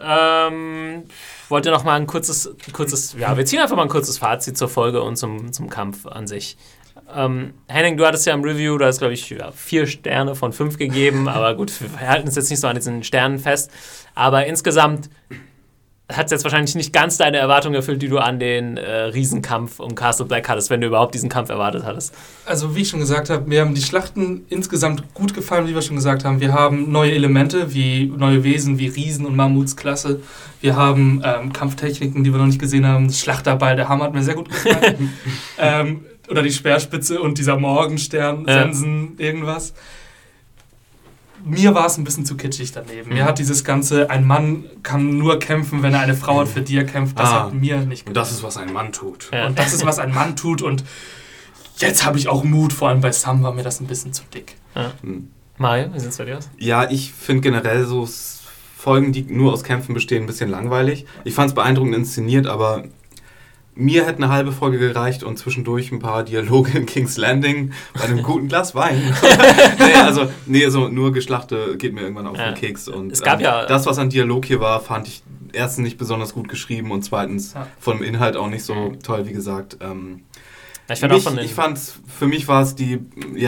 wollte noch mal ein kurzes, wir ziehen einfach mal ein kurzes Fazit zur Folge und zum Kampf an sich. Henning, du hattest ja im Review, du hast, glaube ich, 4 Sterne von 5 gegeben, aber gut, wir halten uns jetzt nicht so an diesen Sternen fest. Aber insgesamt hat es jetzt wahrscheinlich nicht ganz deine Erwartungen erfüllt, die du an den Riesenkampf um Castle Black hattest, wenn du überhaupt diesen Kampf erwartet hattest. Also wie ich schon gesagt habe, mir haben die Schlachten insgesamt gut gefallen, wie wir schon gesagt haben. Wir haben neue Elemente, wie neue Wesen, wie Riesen und Mammuts klasse. Wir haben Kampftechniken, die wir noch nicht gesehen haben. Das Schlachterball, der Hammer hat mir sehr gut gefallen. Oder die Speerspitze und dieser Morgenstern, Sensen, irgendwas. Mir war es ein bisschen zu kitschig daneben. Mir hat dieses ganze, ein Mann kann nur kämpfen, wenn er eine Frau hat, für die er kämpft, das hat mir nicht gefallen. Und das ist, was ein Mann tut. Ja. Und das ist, was ein Mann tut und jetzt habe ich auch Mut, vor allem bei Sam war mir das ein bisschen zu dick. Ja. Mario, wie sieht es bei dir aus? Ja, ich finde generell so Folgen, die nur aus Kämpfen bestehen, ein bisschen langweilig. Ich fand es beeindruckend inszeniert, aber mir hätte eine halbe Folge gereicht und zwischendurch ein paar Dialoge in King's Landing bei einem guten Glas Wein. So nur Geschlachte geht mir irgendwann auf den Keks. Und es gab das, was an Dialog hier war, fand ich erstens nicht besonders gut geschrieben und zweitens vom Inhalt auch nicht so toll, wie gesagt. Für mich war es die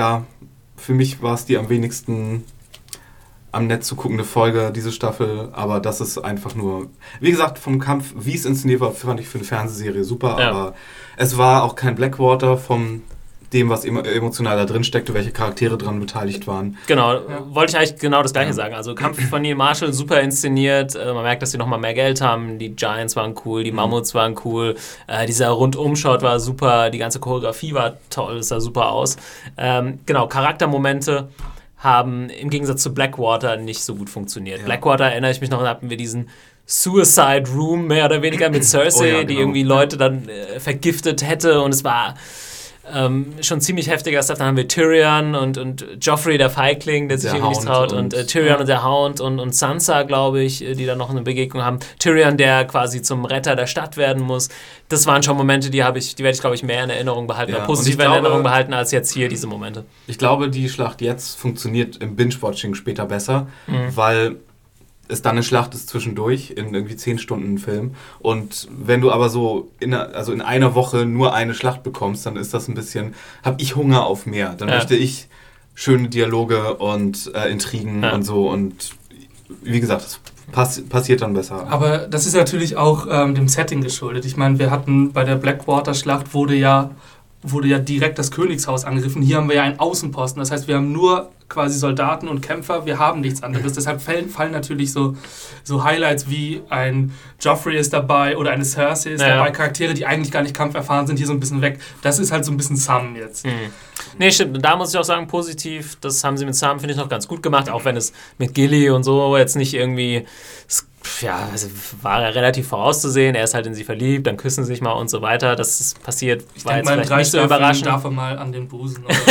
am wenigsten am Netz zu guckende Folge, diese Staffel, aber das ist einfach nur, wie gesagt, vom Kampf, wie es inszeniert war, fand ich für eine Fernsehserie super, aber es war auch kein Blackwater von dem, was emotional da drin steckte, welche Charaktere dran beteiligt waren. Genau, wollte ich eigentlich genau das Gleiche sagen. Also Kampf von Neil Marshall, super inszeniert, man merkt, dass sie nochmal mehr Geld haben, die Giants waren cool, die Mammuts waren cool, dieser Rundumshot war super, die ganze Choreografie war toll, es sah super aus. Charaktermomente haben im Gegensatz zu Blackwater nicht so gut funktioniert. Ja. Blackwater, erinnere ich mich noch, da hatten wir diesen Suicide Room mehr oder weniger mit Cersei, die irgendwie Leute dann vergiftet hätte und es war schon ziemlich heftiger Stuff. Dann haben wir Tyrion und Joffrey, der Feigling, der sich irgendwie nicht traut und Tyrion und der Hound und Sansa, glaube ich, die dann noch eine Begegnung haben. Tyrion, der quasi zum Retter der Stadt werden muss. Das waren schon Momente, die werde ich, glaube ich, mehr in Erinnerung behalten, oder positiver in Erinnerung behalten, als jetzt hier diese Momente. Ich glaube, die Schlacht jetzt funktioniert im Binge-Watching später besser, weil es dann eine Schlacht ist zwischendurch in irgendwie 10 Stunden Film. Und wenn du aber so in einer Woche nur eine Schlacht bekommst, dann ist das ein bisschen, habe ich Hunger auf mehr. Dann möchte ich schöne Dialoge und Intrigen und so. Und wie gesagt, das passiert dann besser. Aber das ist natürlich auch dem Setting geschuldet. Ich meine, wir hatten bei der Blackwater-Schlacht wurde ja direkt das Königshaus angegriffen. Hier haben wir ja einen Außenposten. Das heißt, wir haben nur quasi Soldaten und Kämpfer, wir haben nichts anderes. Deshalb fallen natürlich so Highlights wie ein Joffrey ist dabei oder eine Cersei ist dabei, Charaktere, die eigentlich gar nicht kampferfahren sind, hier so ein bisschen weg. Das ist halt so ein bisschen Sam jetzt. Nee, stimmt. Da muss ich auch sagen, positiv, das haben sie mit Sam, finde ich, noch ganz gut gemacht, auch wenn es mit Gilly und so jetzt nicht irgendwie, ja, also war ja relativ vorauszusehen, er ist halt in sie verliebt, dann küssen sie sich mal und so weiter, das ist passiert, ich war jetzt vielleicht nicht so überraschend. Darf er mal an den Busen oder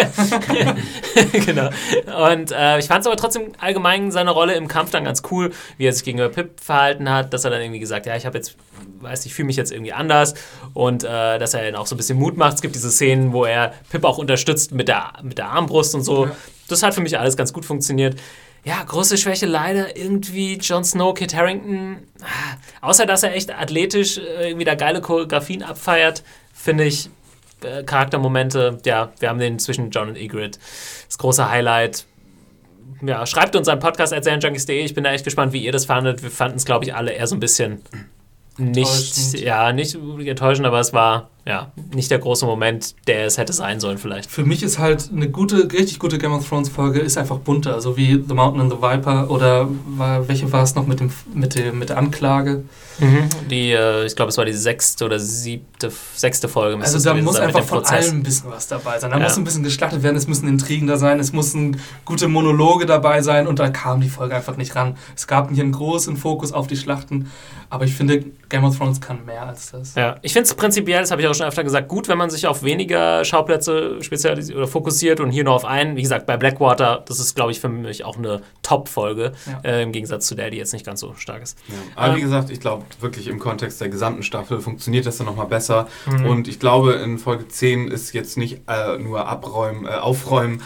so. Genau. Und ich fand es aber trotzdem allgemein seine Rolle im Kampf dann ganz cool, wie er sich gegenüber Pip verhalten hat, dass er dann irgendwie gesagt, ja, ich fühle mich jetzt irgendwie anders und dass er dann auch so ein bisschen Mut macht. Es gibt diese Szenen, wo er Pip auch unterstützt mit der Armbrust und so. Ja. Das hat für mich alles ganz gut funktioniert. Ja, große Schwäche leider irgendwie Jon Snow, Kit Harington. Außer, dass er echt athletisch irgendwie da geile Choreografien abfeiert, finde ich Charaktermomente, ja, wir haben den zwischen Jon und Ygritte. Das große Highlight. Ja, schreibt uns an podcast@serienjunkies.de. Ich bin da echt gespannt, wie ihr das fandet. Wir fanden es, glaube ich, alle eher so ein bisschen nicht enttäuschend, aber es war nicht der große Moment, der es hätte sein sollen vielleicht. Für mich ist halt eine richtig gute Game of Thrones Folge ist einfach bunter, so wie The Mountain and the Viper oder welche war es noch mit der Anklage? Ich glaube, es war die 6. oder 7. Folge. Also da muss einfach von allem ein bisschen was dabei sein. Da muss ein bisschen geschlachtet werden, es müssen Intrigen da sein, es müssen gute Monologe dabei sein und da kam die Folge einfach nicht ran. Es gab hier einen großen Fokus auf die Schlachten, aber ich finde, Game of Thrones kann mehr als das. Ja, ich finde es prinzipiell, das habe ich auch schon öfter gesagt, gut, wenn man sich auf weniger Schauplätze spezialisiert oder fokussiert und hier nur auf einen. Wie gesagt, bei Blackwater, das ist, glaube ich, für mich auch eine Top-Folge, im Gegensatz zu der, die jetzt nicht ganz so stark ist. Ja. Aber wie gesagt, ich glaube, wirklich im Kontext der gesamten Staffel funktioniert das dann nochmal besser. Und ich glaube, in Folge 10 ist jetzt nicht nur Aufräumen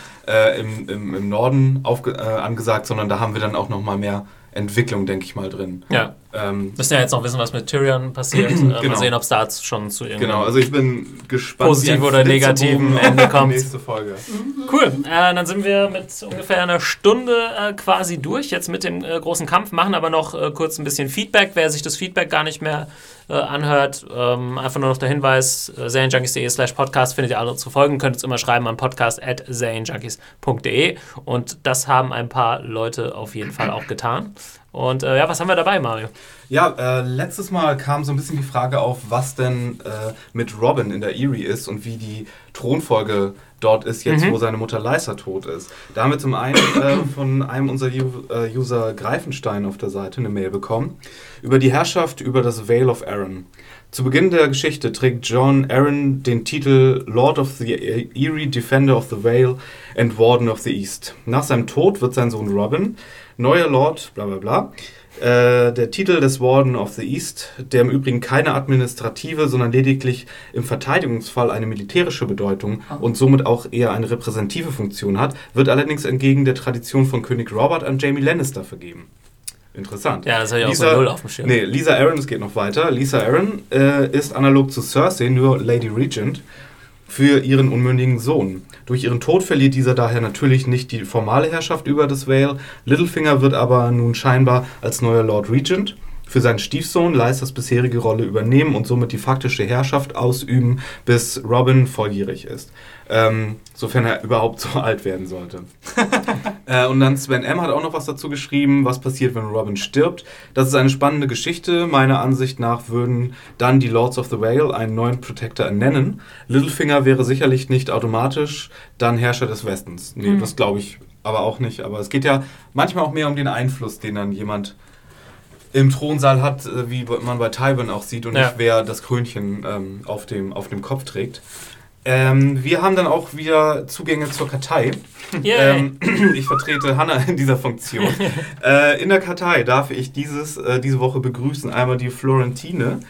im Norden angesagt, sondern da haben wir dann auch nochmal mehr Entwicklung, denke ich mal, drin. Ja. Müssen ja jetzt noch wissen, was mit Tyrion passiert. Genau. Mal sehen, ob es da schon zu irgendeinem also ich bin gespannt, positiven oder negativen Ende kommt. Nächste Folge. Cool. Dann sind wir mit ungefähr einer Stunde quasi durch, jetzt mit dem großen Kampf, machen aber noch kurz ein bisschen Feedback. Wer sich das Feedback gar nicht mehr anhört, einfach nur noch der Hinweis, serienjunkies.de/podcast findet ihr alle unsere Folgen, könnt uns immer schreiben an podcast@serienjunkies.de und das haben ein paar Leute auf jeden Fall auch getan. Und was haben wir dabei, Mario? Ja, letztes Mal kam so ein bisschen die Frage auf, was denn mit Robin in der Eyrie ist und wie die Thronfolge dort ist, jetzt wo seine Mutter Lysa tot ist. Da haben wir zum einen von einem unserer User Greifenstein auf der Seite eine Mail bekommen über die Herrschaft über das Vale of Arryn. Zu Beginn der Geschichte trägt Jon Arryn den Titel Lord of the Eyrie, Defender of the Vale and Warden of the East. Nach seinem Tod wird sein Sohn Robin neuer Lord, bla bla bla. Der Titel des Warden of the East, der im Übrigen keine administrative, sondern lediglich im Verteidigungsfall eine militärische Bedeutung und somit auch eher eine repräsentative Funktion hat, wird allerdings entgegen der Tradition von König Robert an Jaime Lannister vergeben. Interessant. Ja, das habe ich auch so null auf dem Schirm. Nee, Lysa Arryn, es geht noch weiter. Lysa Arryn ist analog zu Cersei nur Lady Regent für ihren unmündigen Sohn. Durch ihren Tod verliert dieser daher natürlich nicht die formale Herrschaft über das Vale. Littlefinger wird aber nun scheinbar als neuer Lord Regent für seinen Stiefsohn Lysas bisherige Rolle übernehmen und somit die faktische Herrschaft ausüben, bis Robin volljährig ist. Sofern er überhaupt so alt werden sollte. Und dann Sven M. hat auch noch was dazu geschrieben, was passiert, wenn Robin stirbt. Das ist eine spannende Geschichte. Meiner Ansicht nach würden dann die Lords of the Vale einen neuen Protector ernennen. Littlefinger wäre sicherlich nicht automatisch dann Herrscher des Westens. Nee, das glaube ich aber auch nicht. Aber es geht ja manchmal auch mehr um den Einfluss, den dann jemand im Thronsaal hat, wie man bei Tywin auch sieht und nicht wer das Krönchen auf dem Kopf trägt. Wir haben dann auch wieder Zugänge zur Kartei. Ich vertrete Hannah in dieser Funktion. In der Kartei darf ich diese Woche begrüßen einmal die Florentine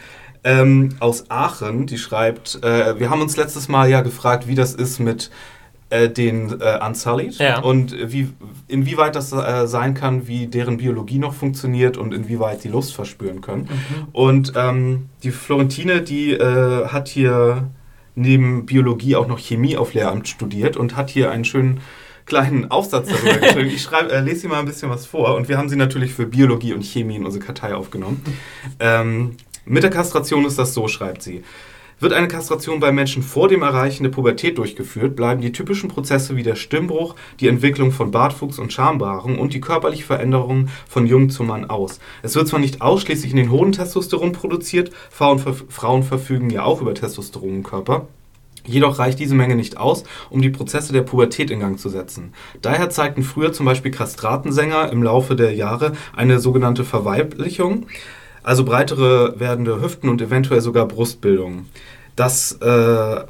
aus Aachen, die schreibt, wir haben uns letztes Mal ja gefragt, wie das ist mit den Unsullied und inwieweit das sein kann, wie deren Biologie noch funktioniert und inwieweit die Lust verspüren können. Und die Florentine, die hat hier neben Biologie auch noch Chemie auf Lehramt studiert und hat hier einen schönen kleinen Aufsatz darüber geschrieben. Ich lese sie mal ein bisschen was vor und wir haben sie natürlich für Biologie und Chemie in unsere Kartei aufgenommen. Mit der Kastration ist das so, schreibt sie. Wird eine Kastration bei Menschen vor dem Erreichen der Pubertät durchgeführt, bleiben die typischen Prozesse wie der Stimmbruch, die Entwicklung von Bartwuchs und Schambehaarung und die körperliche Veränderung von Jung zum Mann aus. Es wird zwar nicht ausschließlich in den Hoden Testosteron produziert, Frauen verfügen ja auch über Testosteron im Körper, jedoch reicht diese Menge nicht aus, um die Prozesse der Pubertät in Gang zu setzen. Daher zeigten früher zum Beispiel Kastratensänger im Laufe der Jahre eine sogenannte Verweiblichung, also breitere werdende Hüften und eventuell sogar Brustbildung. Das, da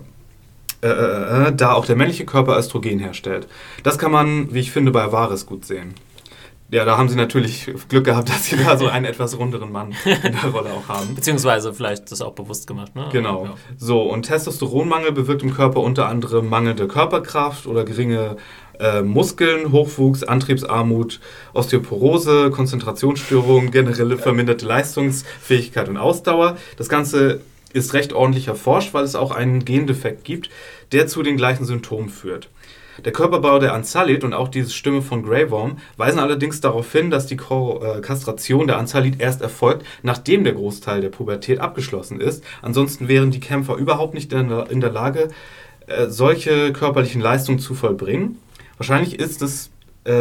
auch der männliche Körper Östrogen herstellt. Das kann man, wie ich finde, bei Avaris gut sehen. Ja, da haben sie natürlich Glück gehabt, dass sie da so einen etwas runderen Mann in der Rolle auch haben. Beziehungsweise vielleicht das auch bewusst gemacht, ne? Genau. Ja. So, und Testosteronmangel bewirkt im Körper unter anderem mangelnde Körperkraft oder geringe Muskeln, Hochwuchs, Antriebsarmut, Osteoporose, Konzentrationsstörungen, generelle verminderte Leistungsfähigkeit und Ausdauer. Das Ganze ist recht ordentlich erforscht, weil es auch einen Gendefekt gibt, der zu den gleichen Symptomen führt. Der Körperbau der Unsullied und auch diese Stimme von Grey Worm weisen allerdings darauf hin, dass die Kastration der Unsullied erst erfolgt, nachdem der Großteil der Pubertät abgeschlossen ist. Ansonsten wären die Kämpfer überhaupt nicht in der Lage, solche körperlichen Leistungen zu vollbringen. Wahrscheinlich ist es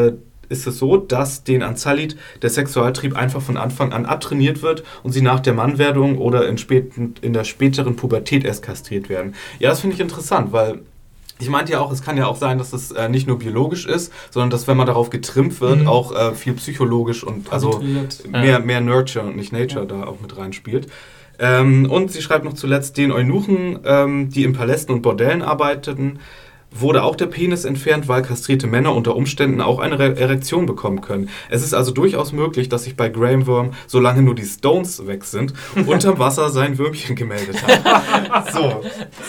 so, dass den Unsullied der Sexualtrieb einfach von Anfang an abtrainiert wird und sie nach der Mannwerdung oder in der späteren Pubertät erst kastriert werden. Ja, das finde ich interessant, weil ich meinte ja auch, es kann ja auch sein, dass es nicht nur biologisch ist, sondern dass, wenn man darauf getrimmt wird, auch viel psychologisch und also mehr Nurture und nicht Nature da auch mit reinspielt. Und sie schreibt noch zuletzt, den Eunuchen, die in Palästen und Bordellen arbeiteten, wurde auch der Penis entfernt, weil kastrierte Männer unter Umständen auch eine Erektion bekommen können. Es ist also durchaus möglich, dass sich bei Graham Worm, solange nur die Stones weg sind, unterm Wasser sein Würmchen gemeldet hat. So.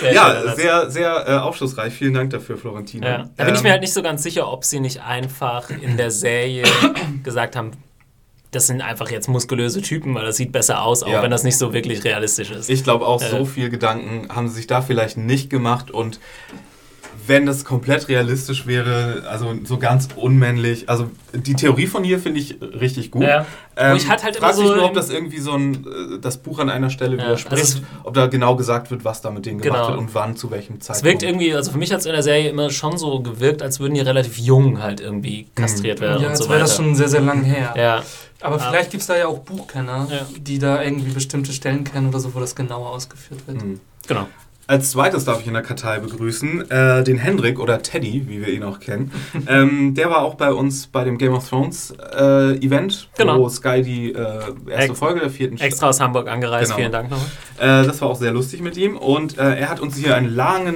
Sehr, sehr aufschlussreich. Vielen Dank dafür, Florentina. Ja. Da bin ich mir halt nicht so ganz sicher, ob sie nicht einfach in der Serie gesagt haben, das sind einfach jetzt muskulöse Typen, weil das sieht besser aus, auch wenn das nicht so wirklich realistisch ist. Ich glaube auch, so viel Gedanken haben sie sich da vielleicht nicht gemacht, und wenn das komplett realistisch wäre, also so ganz unmännlich, also die Theorie von hier finde ich richtig gut. Ja. Ich hatte halt frag mich nur, ob das irgendwie so das Buch an einer Stelle widerspricht, also ob da genau gesagt wird, was da mit denen gemacht wird und wann, zu welchem Zeitpunkt. Es wirkt irgendwie, also für mich hat es in der Serie immer schon so gewirkt, als würden die relativ jung halt irgendwie kastriert werden und so weiter. Ja, wäre das schon sehr, sehr lang her. Ja. Aber vielleicht gibt es da ja auch Buchkenner, die da irgendwie bestimmte Stellen kennen oder so, wo das genauer ausgeführt wird. Genau. Als zweites darf ich in der Kartei begrüßen den Hendrik oder Teddy, wie wir ihn auch kennen. Der war auch bei uns bei dem Game of Thrones Event, wo Sky die erste Folge der 4. Extra aus Hamburg angereist, vielen Dank nochmal. Das war auch sehr lustig mit ihm, und er hat uns hier eine lange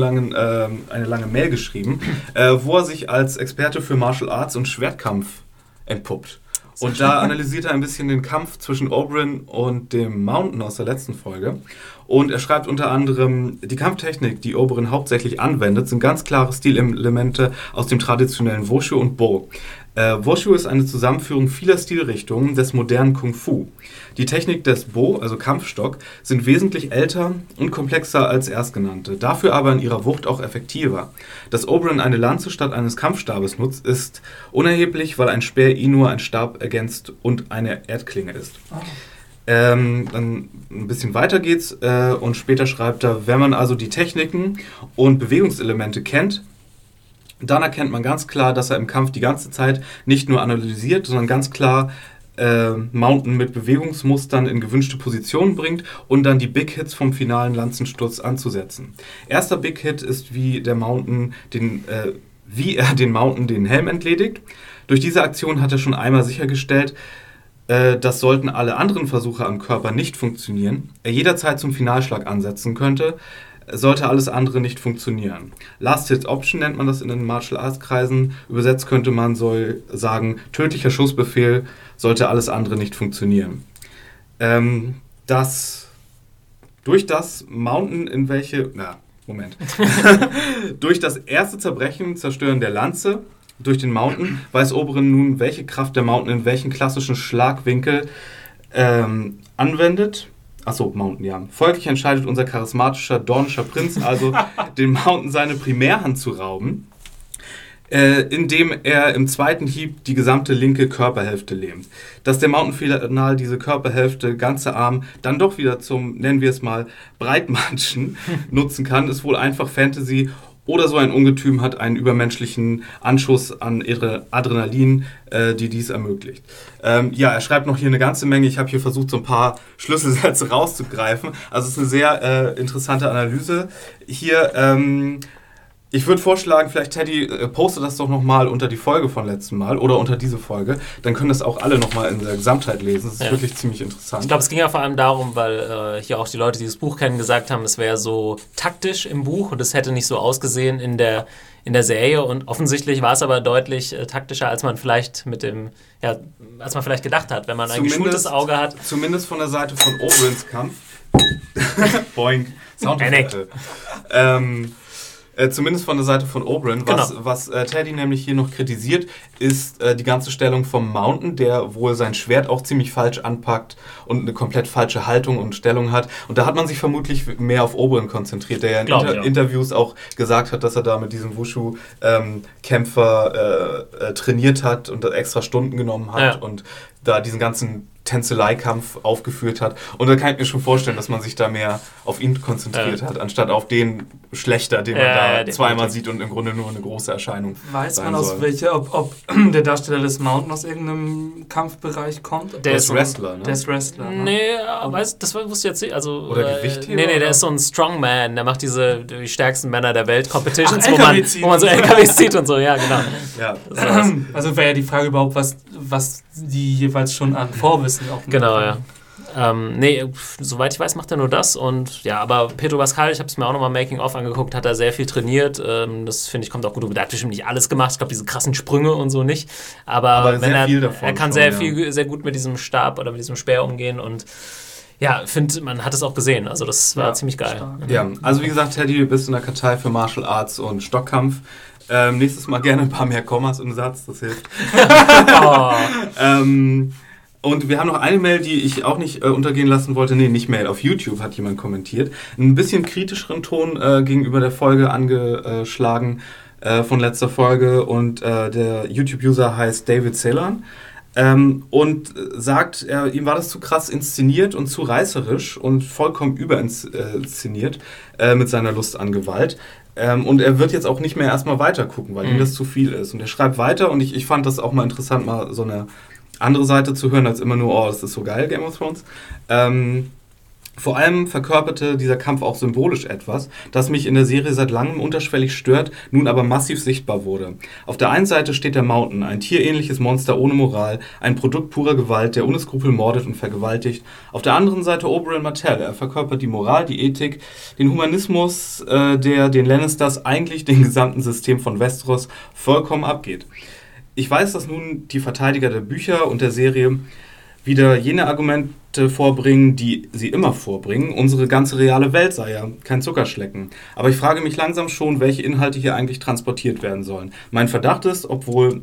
Mail geschrieben, wo er sich als Experte für Martial Arts und Schwertkampf entpuppt. Und da analysiert er ein bisschen den Kampf zwischen Oberyn und dem Mountain aus der letzten Folge. Und er schreibt unter anderem, die Kampftechnik, die Oberyn hauptsächlich anwendet, sind ganz klare Stilelemente aus dem traditionellen Wushu und Bo. Wushu ist eine Zusammenführung vieler Stilrichtungen des modernen Kung Fu. Die Technik des Bo, also Kampfstock, sind wesentlich älter und komplexer als erstgenannte, dafür aber in ihrer Wucht auch effektiver. Dass Oberyn eine Lanze statt eines Kampfstabes nutzt, ist unerheblich, weil ein Speer ihn nur ein Stab ergänzt und eine Erdklinge ist. Dann ein bisschen weiter geht's und später schreibt er, wenn man also die Techniken und Bewegungselemente kennt, dann erkennt man ganz klar, dass er im Kampf die ganze Zeit nicht nur analysiert, sondern ganz klar Mountain mit Bewegungsmustern in gewünschte Positionen bringt und dann die Big Hits vom finalen Lanzensturz anzusetzen. Erster Big Hit ist, wie er den Mountain den Helm entledigt. Durch diese Aktion hat er schon einmal sichergestellt, dass, sollten alle anderen Versuche am Körper nicht funktionieren, er jederzeit zum Finalschlag ansetzen könnte, sollte alles andere nicht funktionieren. Last Hit Option nennt man das in den Martial Arts Kreisen. Übersetzt könnte man sagen, tödlicher Schussbefehl, sollte alles andere nicht funktionieren. Durch das Mountain durch das erste Zerstören der Lanze durch den Mountain weiß Oberyn nun, welche Kraft der Mountain in welchen klassischen Schlagwinkel anwendet. Achso, Mountain, ja. Folglich entscheidet unser charismatischer, dornischer Prinz also, den Mountain seine Primärhand zu rauben. indem er im zweiten Hieb die gesamte linke Körperhälfte lähmt. Dass der Mountain-Final diese Körperhälfte, ganze Arm, dann doch wieder zum, nennen wir es mal, Breitmatschen nutzen kann, ist wohl einfach Fantasy. Oder so ein Ungetüm hat einen übermenschlichen Anschuss an Adrenalin, die dies ermöglicht. Er schreibt noch hier eine ganze Menge. Ich habe hier versucht, so ein paar Schlüsselsätze rauszugreifen. Also es ist eine sehr interessante Analyse. Hier, ich würde vorschlagen, vielleicht Teddy, poste das doch nochmal unter die Folge von letztem Mal oder unter diese Folge. Dann können das auch alle nochmal in der Gesamtheit lesen. Das ist wirklich ziemlich interessant. Ich glaube, es ging ja vor allem darum, weil hier auch die Leute, die das Buch kennen, gesagt haben, es wäre so taktisch im Buch und es hätte nicht so ausgesehen in der Serie. Und offensichtlich war es aber deutlich taktischer, als man vielleicht als man vielleicht gedacht hat, wenn man ein geschultes Auge hat. Zumindest von der Seite von Oberyn's Kampf. Boing. Soundeffekte. Zumindest von der Seite von Oberyn. Was Teddy nämlich hier noch kritisiert, ist die ganze Stellung vom Mountain, der wohl sein Schwert auch ziemlich falsch anpackt und eine komplett falsche Haltung und Stellung hat. Und da hat man sich vermutlich mehr auf Oberyn konzentriert, der ja in Interviews auch gesagt hat, dass er da mit diesem Wushu-Kämpfer trainiert hat und extra Stunden genommen hat und da diesen ganzen Tänzeleikampf aufgeführt hat. Und da kann ich mir schon vorstellen, dass man sich da mehr auf ihn konzentriert hat, anstatt auf den Schlechter, den man da zweimal sieht und im Grunde nur eine große Erscheinung Weiß man aus ob der Darsteller des Mountain aus irgendeinem Kampfbereich kommt? Der ist Wrestler, ne? Der ist Wrestler, ne? Nee, das wusste ich jetzt nicht. Also, oder Gewichtheber? Nee, der ist so ein Strongman. Der macht die stärksten Männer der Welt Competitions, wo man so LKWs zieht und so. Ja, genau. Ja. Also wäre ja die Frage überhaupt, was die jeweils schon an Vorwissen auch machen. Genau, ja. Soweit ich weiß, macht er nur das. Und ja, aber Pedro Pascal, ich habe es mir auch nochmal Making-of angeguckt, hat er sehr viel trainiert. Das finde ich, kommt auch gut. Er hat bestimmt nicht alles gemacht. Ich glaube, diese krassen Sprünge und so nicht. Aber wenn er kann sehr gut mit diesem Stab oder mit diesem Speer umgehen und ja, finde, man hat es auch gesehen. Also das war ziemlich geil. Stark. Ja, also wie gesagt, Teddy, du bist in der Kartei für Martial Arts und Stockkampf. Nächstes Mal gerne ein paar mehr Kommas im Satz, das hilft. Und wir haben noch eine Mail, die ich auch nicht untergehen lassen wollte. Nee, nicht Mail, auf YouTube hat jemand kommentiert. Ein bisschen kritischeren Ton gegenüber der Folge angeschlagen von letzter Folge. Und der YouTube-User heißt David Celan. Und sagt, ihm war das zu krass inszeniert und zu reißerisch und vollkommen überinszeniert mit seiner Lust an Gewalt. Und er wird jetzt auch nicht mehr erstmal weiter gucken, weil ihm das zu viel ist. Und er schreibt weiter und ich fand das auch mal interessant, mal so eine andere Seite zu hören, als immer nur, das ist so geil, Game of Thrones. Vor allem verkörperte dieser Kampf auch symbolisch etwas, das mich in der Serie seit langem unterschwellig stört, nun aber massiv sichtbar wurde. Auf der einen Seite steht der Mountain, ein tierähnliches Monster ohne Moral, ein Produkt purer Gewalt, der ohne Skrupel mordet und vergewaltigt. Auf der anderen Seite Oberyn Martell, er verkörpert die Moral, die Ethik, den Humanismus, der den Lannisters eigentlich dem gesamten System von Westeros vollkommen abgeht. Ich weiß, dass nun die Verteidiger der Bücher und der Serie wieder jene Argumente vorbringen, die sie immer vorbringen. Unsere ganze reale Welt sei ja kein Zuckerschlecken. Aber ich frage mich langsam schon, welche Inhalte hier eigentlich transportiert werden sollen. Mein Verdacht ist, sowohl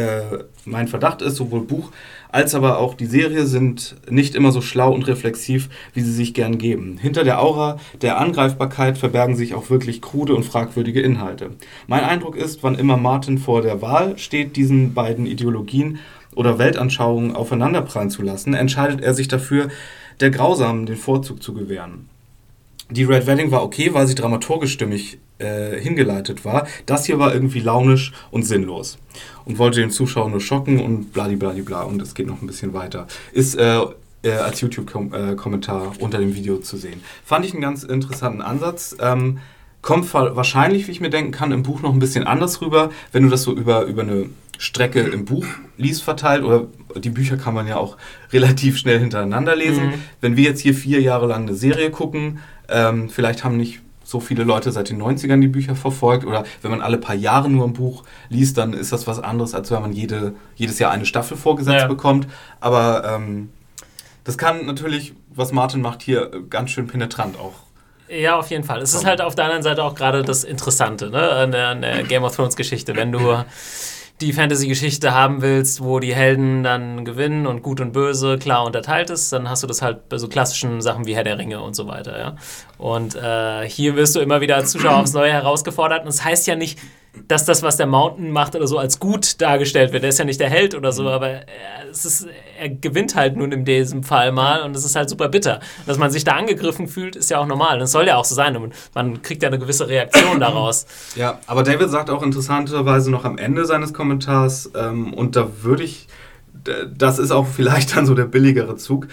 Buch als aber auch die Serie sind nicht immer so schlau und reflexiv, wie sie sich gern geben. Hinter der Aura der Angreifbarkeit verbergen sich auch wirklich krude und fragwürdige Inhalte. Mein Eindruck ist, wann immer Martin vor der Wahl steht, diesen beiden Ideologien oder Weltanschauungen aufeinanderprallen zu lassen, entscheidet er sich dafür, der Grausamen den Vorzug zu gewähren. Die Red Wedding war okay, weil sie dramaturgisch stimmig hingeleitet war. Das hier war irgendwie launisch und sinnlos und wollte den Zuschauer nur schocken und bladibladibla und es geht noch ein bisschen weiter. Ist als YouTube-Kommentar unter dem Video zu sehen. Fand ich einen ganz interessanten Ansatz. Kommt wahrscheinlich, wie ich mir denken kann, im Buch noch ein bisschen anders rüber, wenn du das so über eine Strecke im Buch liest verteilt, oder die Bücher kann man ja auch relativ schnell hintereinander lesen. Wenn wir jetzt hier 4 Jahre lang eine Serie gucken, vielleicht haben nicht so viele Leute seit den 90ern die Bücher verfolgt, oder wenn man alle paar Jahre nur ein Buch liest, dann ist das was anderes, als wenn man jedes Jahr eine Staffel vorgesetzt bekommt. Aber das kann natürlich, was Martin macht, hier ganz schön penetrant auch. Ja, auf jeden Fall. Es ist halt auf der anderen Seite auch gerade das Interessante, ne, an der Game of Thrones Geschichte. Wenn du die Fantasy-Geschichte haben willst, wo die Helden dann gewinnen und Gut und Böse klar unterteilt ist, dann hast du das halt bei so klassischen Sachen wie Herr der Ringe und so weiter. Ja? Und hier wirst du immer wieder als Zuschauer aufs Neue herausgefordert. Und das heißt ja nicht, dass das, was der Mountain macht oder so, als gut dargestellt wird. Der ist ja nicht der Held oder so, aber er gewinnt halt nun in diesem Fall mal und es ist halt super bitter. Dass man sich da angegriffen fühlt, ist ja auch normal. Das soll ja auch so sein und man kriegt ja eine gewisse Reaktion daraus. Ja, aber David sagt auch interessanterweise noch am Ende seines Kommentars, und da würde ich, das ist auch vielleicht dann so der billigere Zug,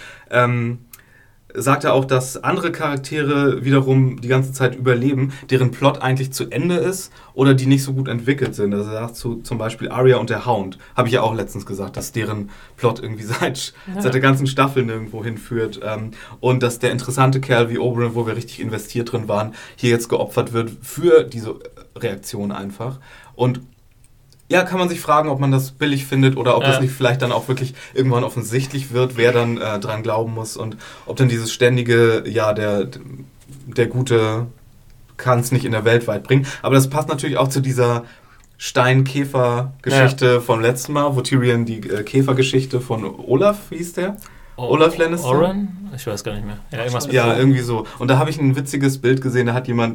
sagt er auch, dass andere Charaktere wiederum die ganze Zeit überleben, deren Plot eigentlich zu Ende ist oder die nicht so gut entwickelt sind. Also er sagt zum Beispiel Arya und der Hound, habe ich ja auch letztens gesagt, dass deren Plot irgendwie seit der ganzen Staffel nirgendwo hinführt. Und dass der interessante Kerl wie Oberyn, wo wir richtig investiert drin waren, hier jetzt geopfert wird für diese Reaktion einfach. Und ja, kann man sich fragen, ob man das billig findet oder ob das nicht vielleicht dann auch wirklich irgendwann offensichtlich wird, wer dann dran glauben muss und ob dann dieses ständige, ja, der Gute kann es nicht in der Welt weit bringen. Aber das passt natürlich auch zu dieser Stein-Käfer-Geschichte vom letzten Mal, wo Tyrion die Käfergeschichte von Olaf, wie hieß der? Olaf Lannister? Oren? Ich weiß gar nicht mehr. Ja, irgendwie so. Und da habe ich ein witziges Bild gesehen, da hat jemand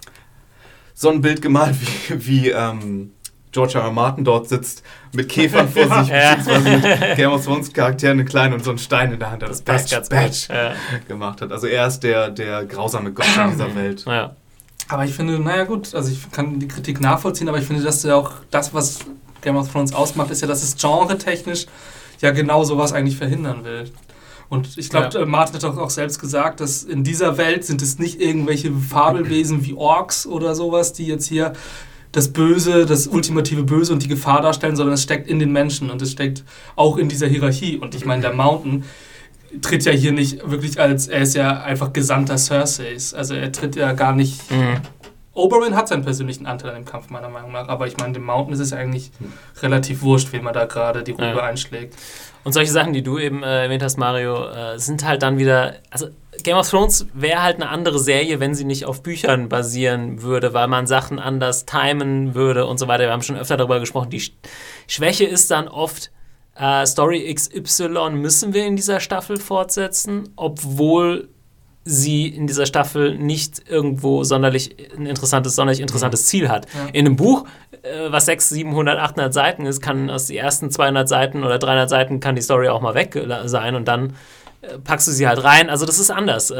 so ein Bild gemalt, wie George R. R. Martin dort sitzt mit Käfern vor sich, beziehungsweise mit Game of Thrones Charakteren, einen kleinen und so einen Stein in der Hand, das Badge gemacht hat. Also er ist der grausame Gott in dieser Welt. Ja. Aber ich finde, naja gut, also ich kann die Kritik nachvollziehen, aber ich finde, dass ja auch das, was Game of Thrones ausmacht, ist ja, dass es genretechnisch ja genau sowas eigentlich verhindern will. Und ich glaube, Martin hat auch selbst gesagt, dass in dieser Welt sind es nicht irgendwelche Fabelwesen wie Orks oder sowas, die jetzt hier das Böse, das ultimative Böse und die Gefahr darstellen, sondern es steckt in den Menschen und es steckt auch in dieser Hierarchie. Und ich meine, der Mountain tritt ja hier nicht wirklich er ist ja einfach Gesandter Cerseis. Also er tritt ja gar nicht... Oberyn hat seinen persönlichen Anteil an dem Kampf, meiner Meinung nach. Aber ich meine, dem Mountain ist es eigentlich relativ wurscht, wem man da gerade die Rübe einschlägt. Und solche Sachen, die du eben erwähnt hast, Mario, sind halt dann wieder... Also Game of Thrones wäre halt eine andere Serie, wenn sie nicht auf Büchern basieren würde, weil man Sachen anders timen würde und so weiter. Wir haben schon öfter darüber gesprochen. Die Schwäche ist dann oft, Story XY müssen wir in dieser Staffel fortsetzen, obwohl sie in dieser Staffel nicht irgendwo sonderlich interessantes Ziel hat. Ja. In einem Buch, was 600, 700, 800 Seiten ist, kann aus den ersten 200 Seiten oder 300 Seiten kann die Story auch mal weg sein und dann packst du sie halt rein. Also das ist anders.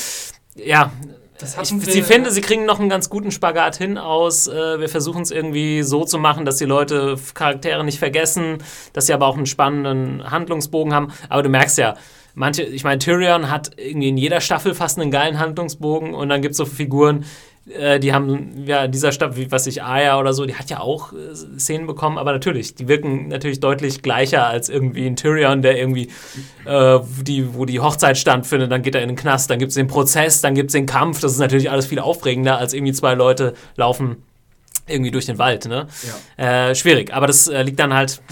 Ich finde, sie kriegen noch einen ganz guten Spagat hin aus. Wir versuchen es irgendwie so zu machen, dass die Leute Charaktere nicht vergessen, dass sie aber auch einen spannenden Handlungsbogen haben. Aber du merkst ja, Tyrion hat irgendwie in jeder Staffel fast einen geilen Handlungsbogen und dann gibt es so Figuren, die haben ja in dieser Staffel, wie was ich Arya oder so, die hat ja auch Szenen bekommen, aber natürlich, die wirken natürlich deutlich gleicher als irgendwie ein Tyrion, der irgendwie wo die Hochzeit stattfindet, dann geht er in den Knast, dann gibt es den Prozess, dann gibt es den Kampf, das ist natürlich alles viel aufregender, als irgendwie zwei Leute laufen irgendwie durch den Wald, ne? Ja. Schwierig, aber das liegt dann halt,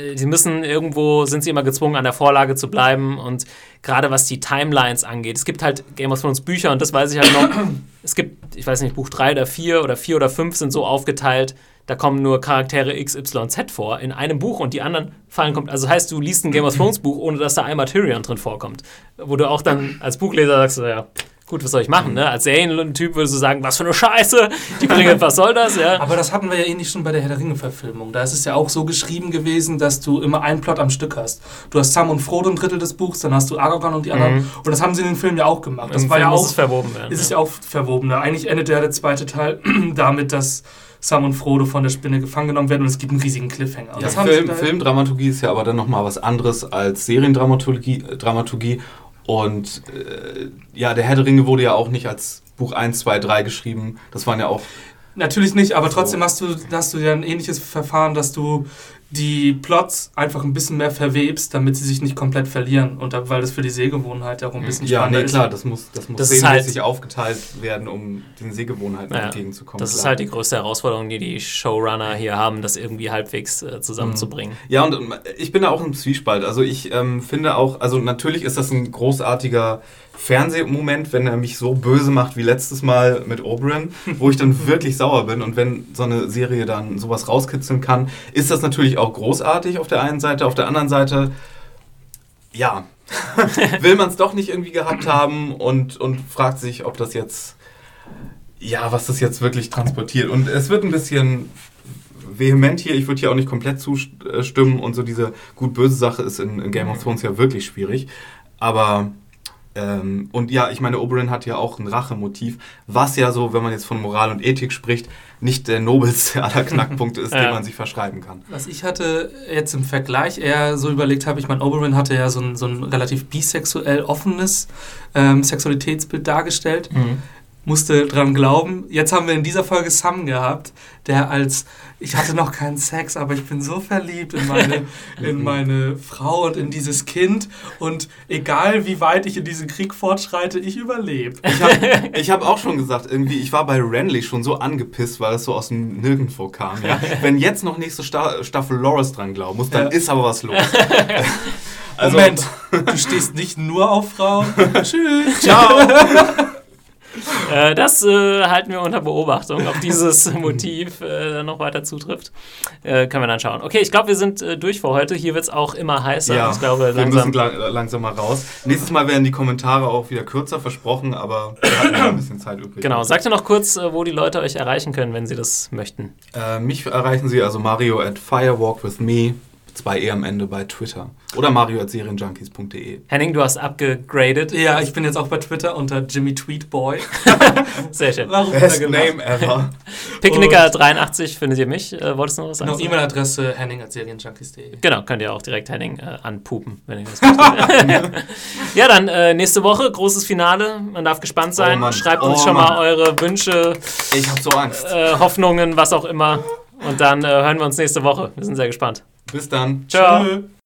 sind sie immer gezwungen, an der Vorlage zu bleiben und gerade was die Timelines angeht, es gibt halt Game of Thrones Bücher und das weiß ich halt noch, es gibt, ich weiß nicht, Buch 3 oder 4 oder 5 sind so aufgeteilt, da kommen nur Charaktere XYZ vor in einem Buch und die anderen fallen kommt. Also heißt, du liest ein Game of Thrones Buch, ohne dass da einmal Tyrion drin vorkommt, wo du auch dann als Buchleser sagst, ja, gut, was soll ich machen, ne? Als Serientyp würdest du sagen, was für eine Scheiße, was soll das, ja? Aber das hatten wir ja nicht schon bei der Herr der Ringe-Verfilmung. Da ist es ja auch so geschrieben gewesen, dass du immer einen Plot am Stück hast. Du hast Sam und Frodo ein Drittel des Buchs, dann hast du Aragorn und die anderen. Und das haben sie in den Filmen ja auch gemacht. Das war ja auch, verwoben werden. Ist es ja auch verwoben. Eigentlich endet ja der zweite Teil damit, dass Sam und Frodo von der Spinne gefangen genommen werden und es gibt einen riesigen Cliffhanger. Ja, Filmdramaturgie ist ja aber dann nochmal was anderes als Seriendramaturgie. Und der Herr der Ringe wurde ja auch nicht als Buch 1, 2, 3 geschrieben. Das waren ja auch... Natürlich nicht, aber trotzdem hast du ja ein ähnliches Verfahren, dass du die Plots einfach ein bisschen mehr verwebst, damit sie sich nicht komplett verlieren. Und weil das für die Sehgewohnheit auch ein bisschen spannender ist. Ja, klar, das muss szenenmäßig aufgeteilt werden, um den Sehgewohnheiten entgegenzukommen. Das ist halt die größte Herausforderung, die Showrunner hier haben, das irgendwie halbwegs zusammenzubringen. Ja, und ich bin da auch im Zwiespalt. Also ich finde auch, also natürlich ist das ein großartiger Fernsehmoment, wenn er mich so böse macht wie letztes Mal mit Oberyn, wo ich dann wirklich sauer bin. Und wenn so eine Serie dann sowas rauskitzeln kann, ist das natürlich auch großartig auf der einen Seite. Auf der anderen Seite, ja, will man es doch nicht irgendwie gehabt haben und fragt sich, ob das jetzt, was das jetzt wirklich transportiert. Und es wird ein bisschen vehement hier, ich würde hier auch nicht komplett zustimmen und so diese gut-böse Sache ist in Game of Thrones ja wirklich schwierig. Aber, und ja, ich meine, Oberyn hat ja auch ein Rachemotiv, was ja so, wenn man jetzt von Moral und Ethik spricht, nicht der nobelste aller Knackpunkte ist, den man sich verschreiben kann. Was ich hatte jetzt im Vergleich eher so überlegt habe, ich meine, Oberyn hatte ja so ein relativ bisexuell offenes Sexualitätsbild dargestellt. Musste dran glauben. Jetzt haben wir in dieser Folge Sam gehabt, der ich hatte noch keinen Sex, aber ich bin so verliebt in meine Frau und in dieses Kind und egal wie weit ich in diesen Krieg fortschreite, ich überlebe. Ich hab auch schon gesagt, irgendwie, ich war bei Renly schon so angepisst, weil es so aus dem Nirgendwo kam. Ja? Wenn jetzt noch nächste Staffel Loras dran glauben muss, dann ist aber was los. Also, Moment, du stehst nicht nur auf Frauen. Tschüss. Ciao. Das halten wir unter Beobachtung, ob dieses Motiv noch weiter zutrifft. Können wir dann schauen. Okay, ich glaube, wir sind durch für heute. Hier wird es auch immer heißer. Ja, ich glaube, wir müssen langsam mal raus. Nächstes Mal werden die Kommentare auch wieder kürzer, versprochen, aber wir hatten noch ein bisschen Zeit übrig. Genau, sagt ihr noch kurz, wo die Leute euch erreichen können, wenn sie das möchten. Mich erreichen sie also Mario@firewalkwithme, 2 am Ende bei Twitter. Oder mario@serienjunkies.de. Henning, du hast abgegradet. Ja, ich bin jetzt auch bei Twitter unter Jimmy Tweetboy. Sehr schön. Warum Best Name ever. Picknicker83 findet ihr mich. Wolltest du noch was sagen? Genau, E-Mail-Adresse henning@serienjunkies.de. Genau, könnt ihr auch direkt Henning anpupen, wenn ihr das möchtet. Ja, dann nächste Woche, großes Finale. Man darf gespannt sein. Schreibt uns schon mal eure Wünsche. Ich hab so Angst. Hoffnungen, was auch immer. Und dann hören wir uns nächste Woche. Wir sind sehr gespannt. Bis dann. Ciao. Tschö.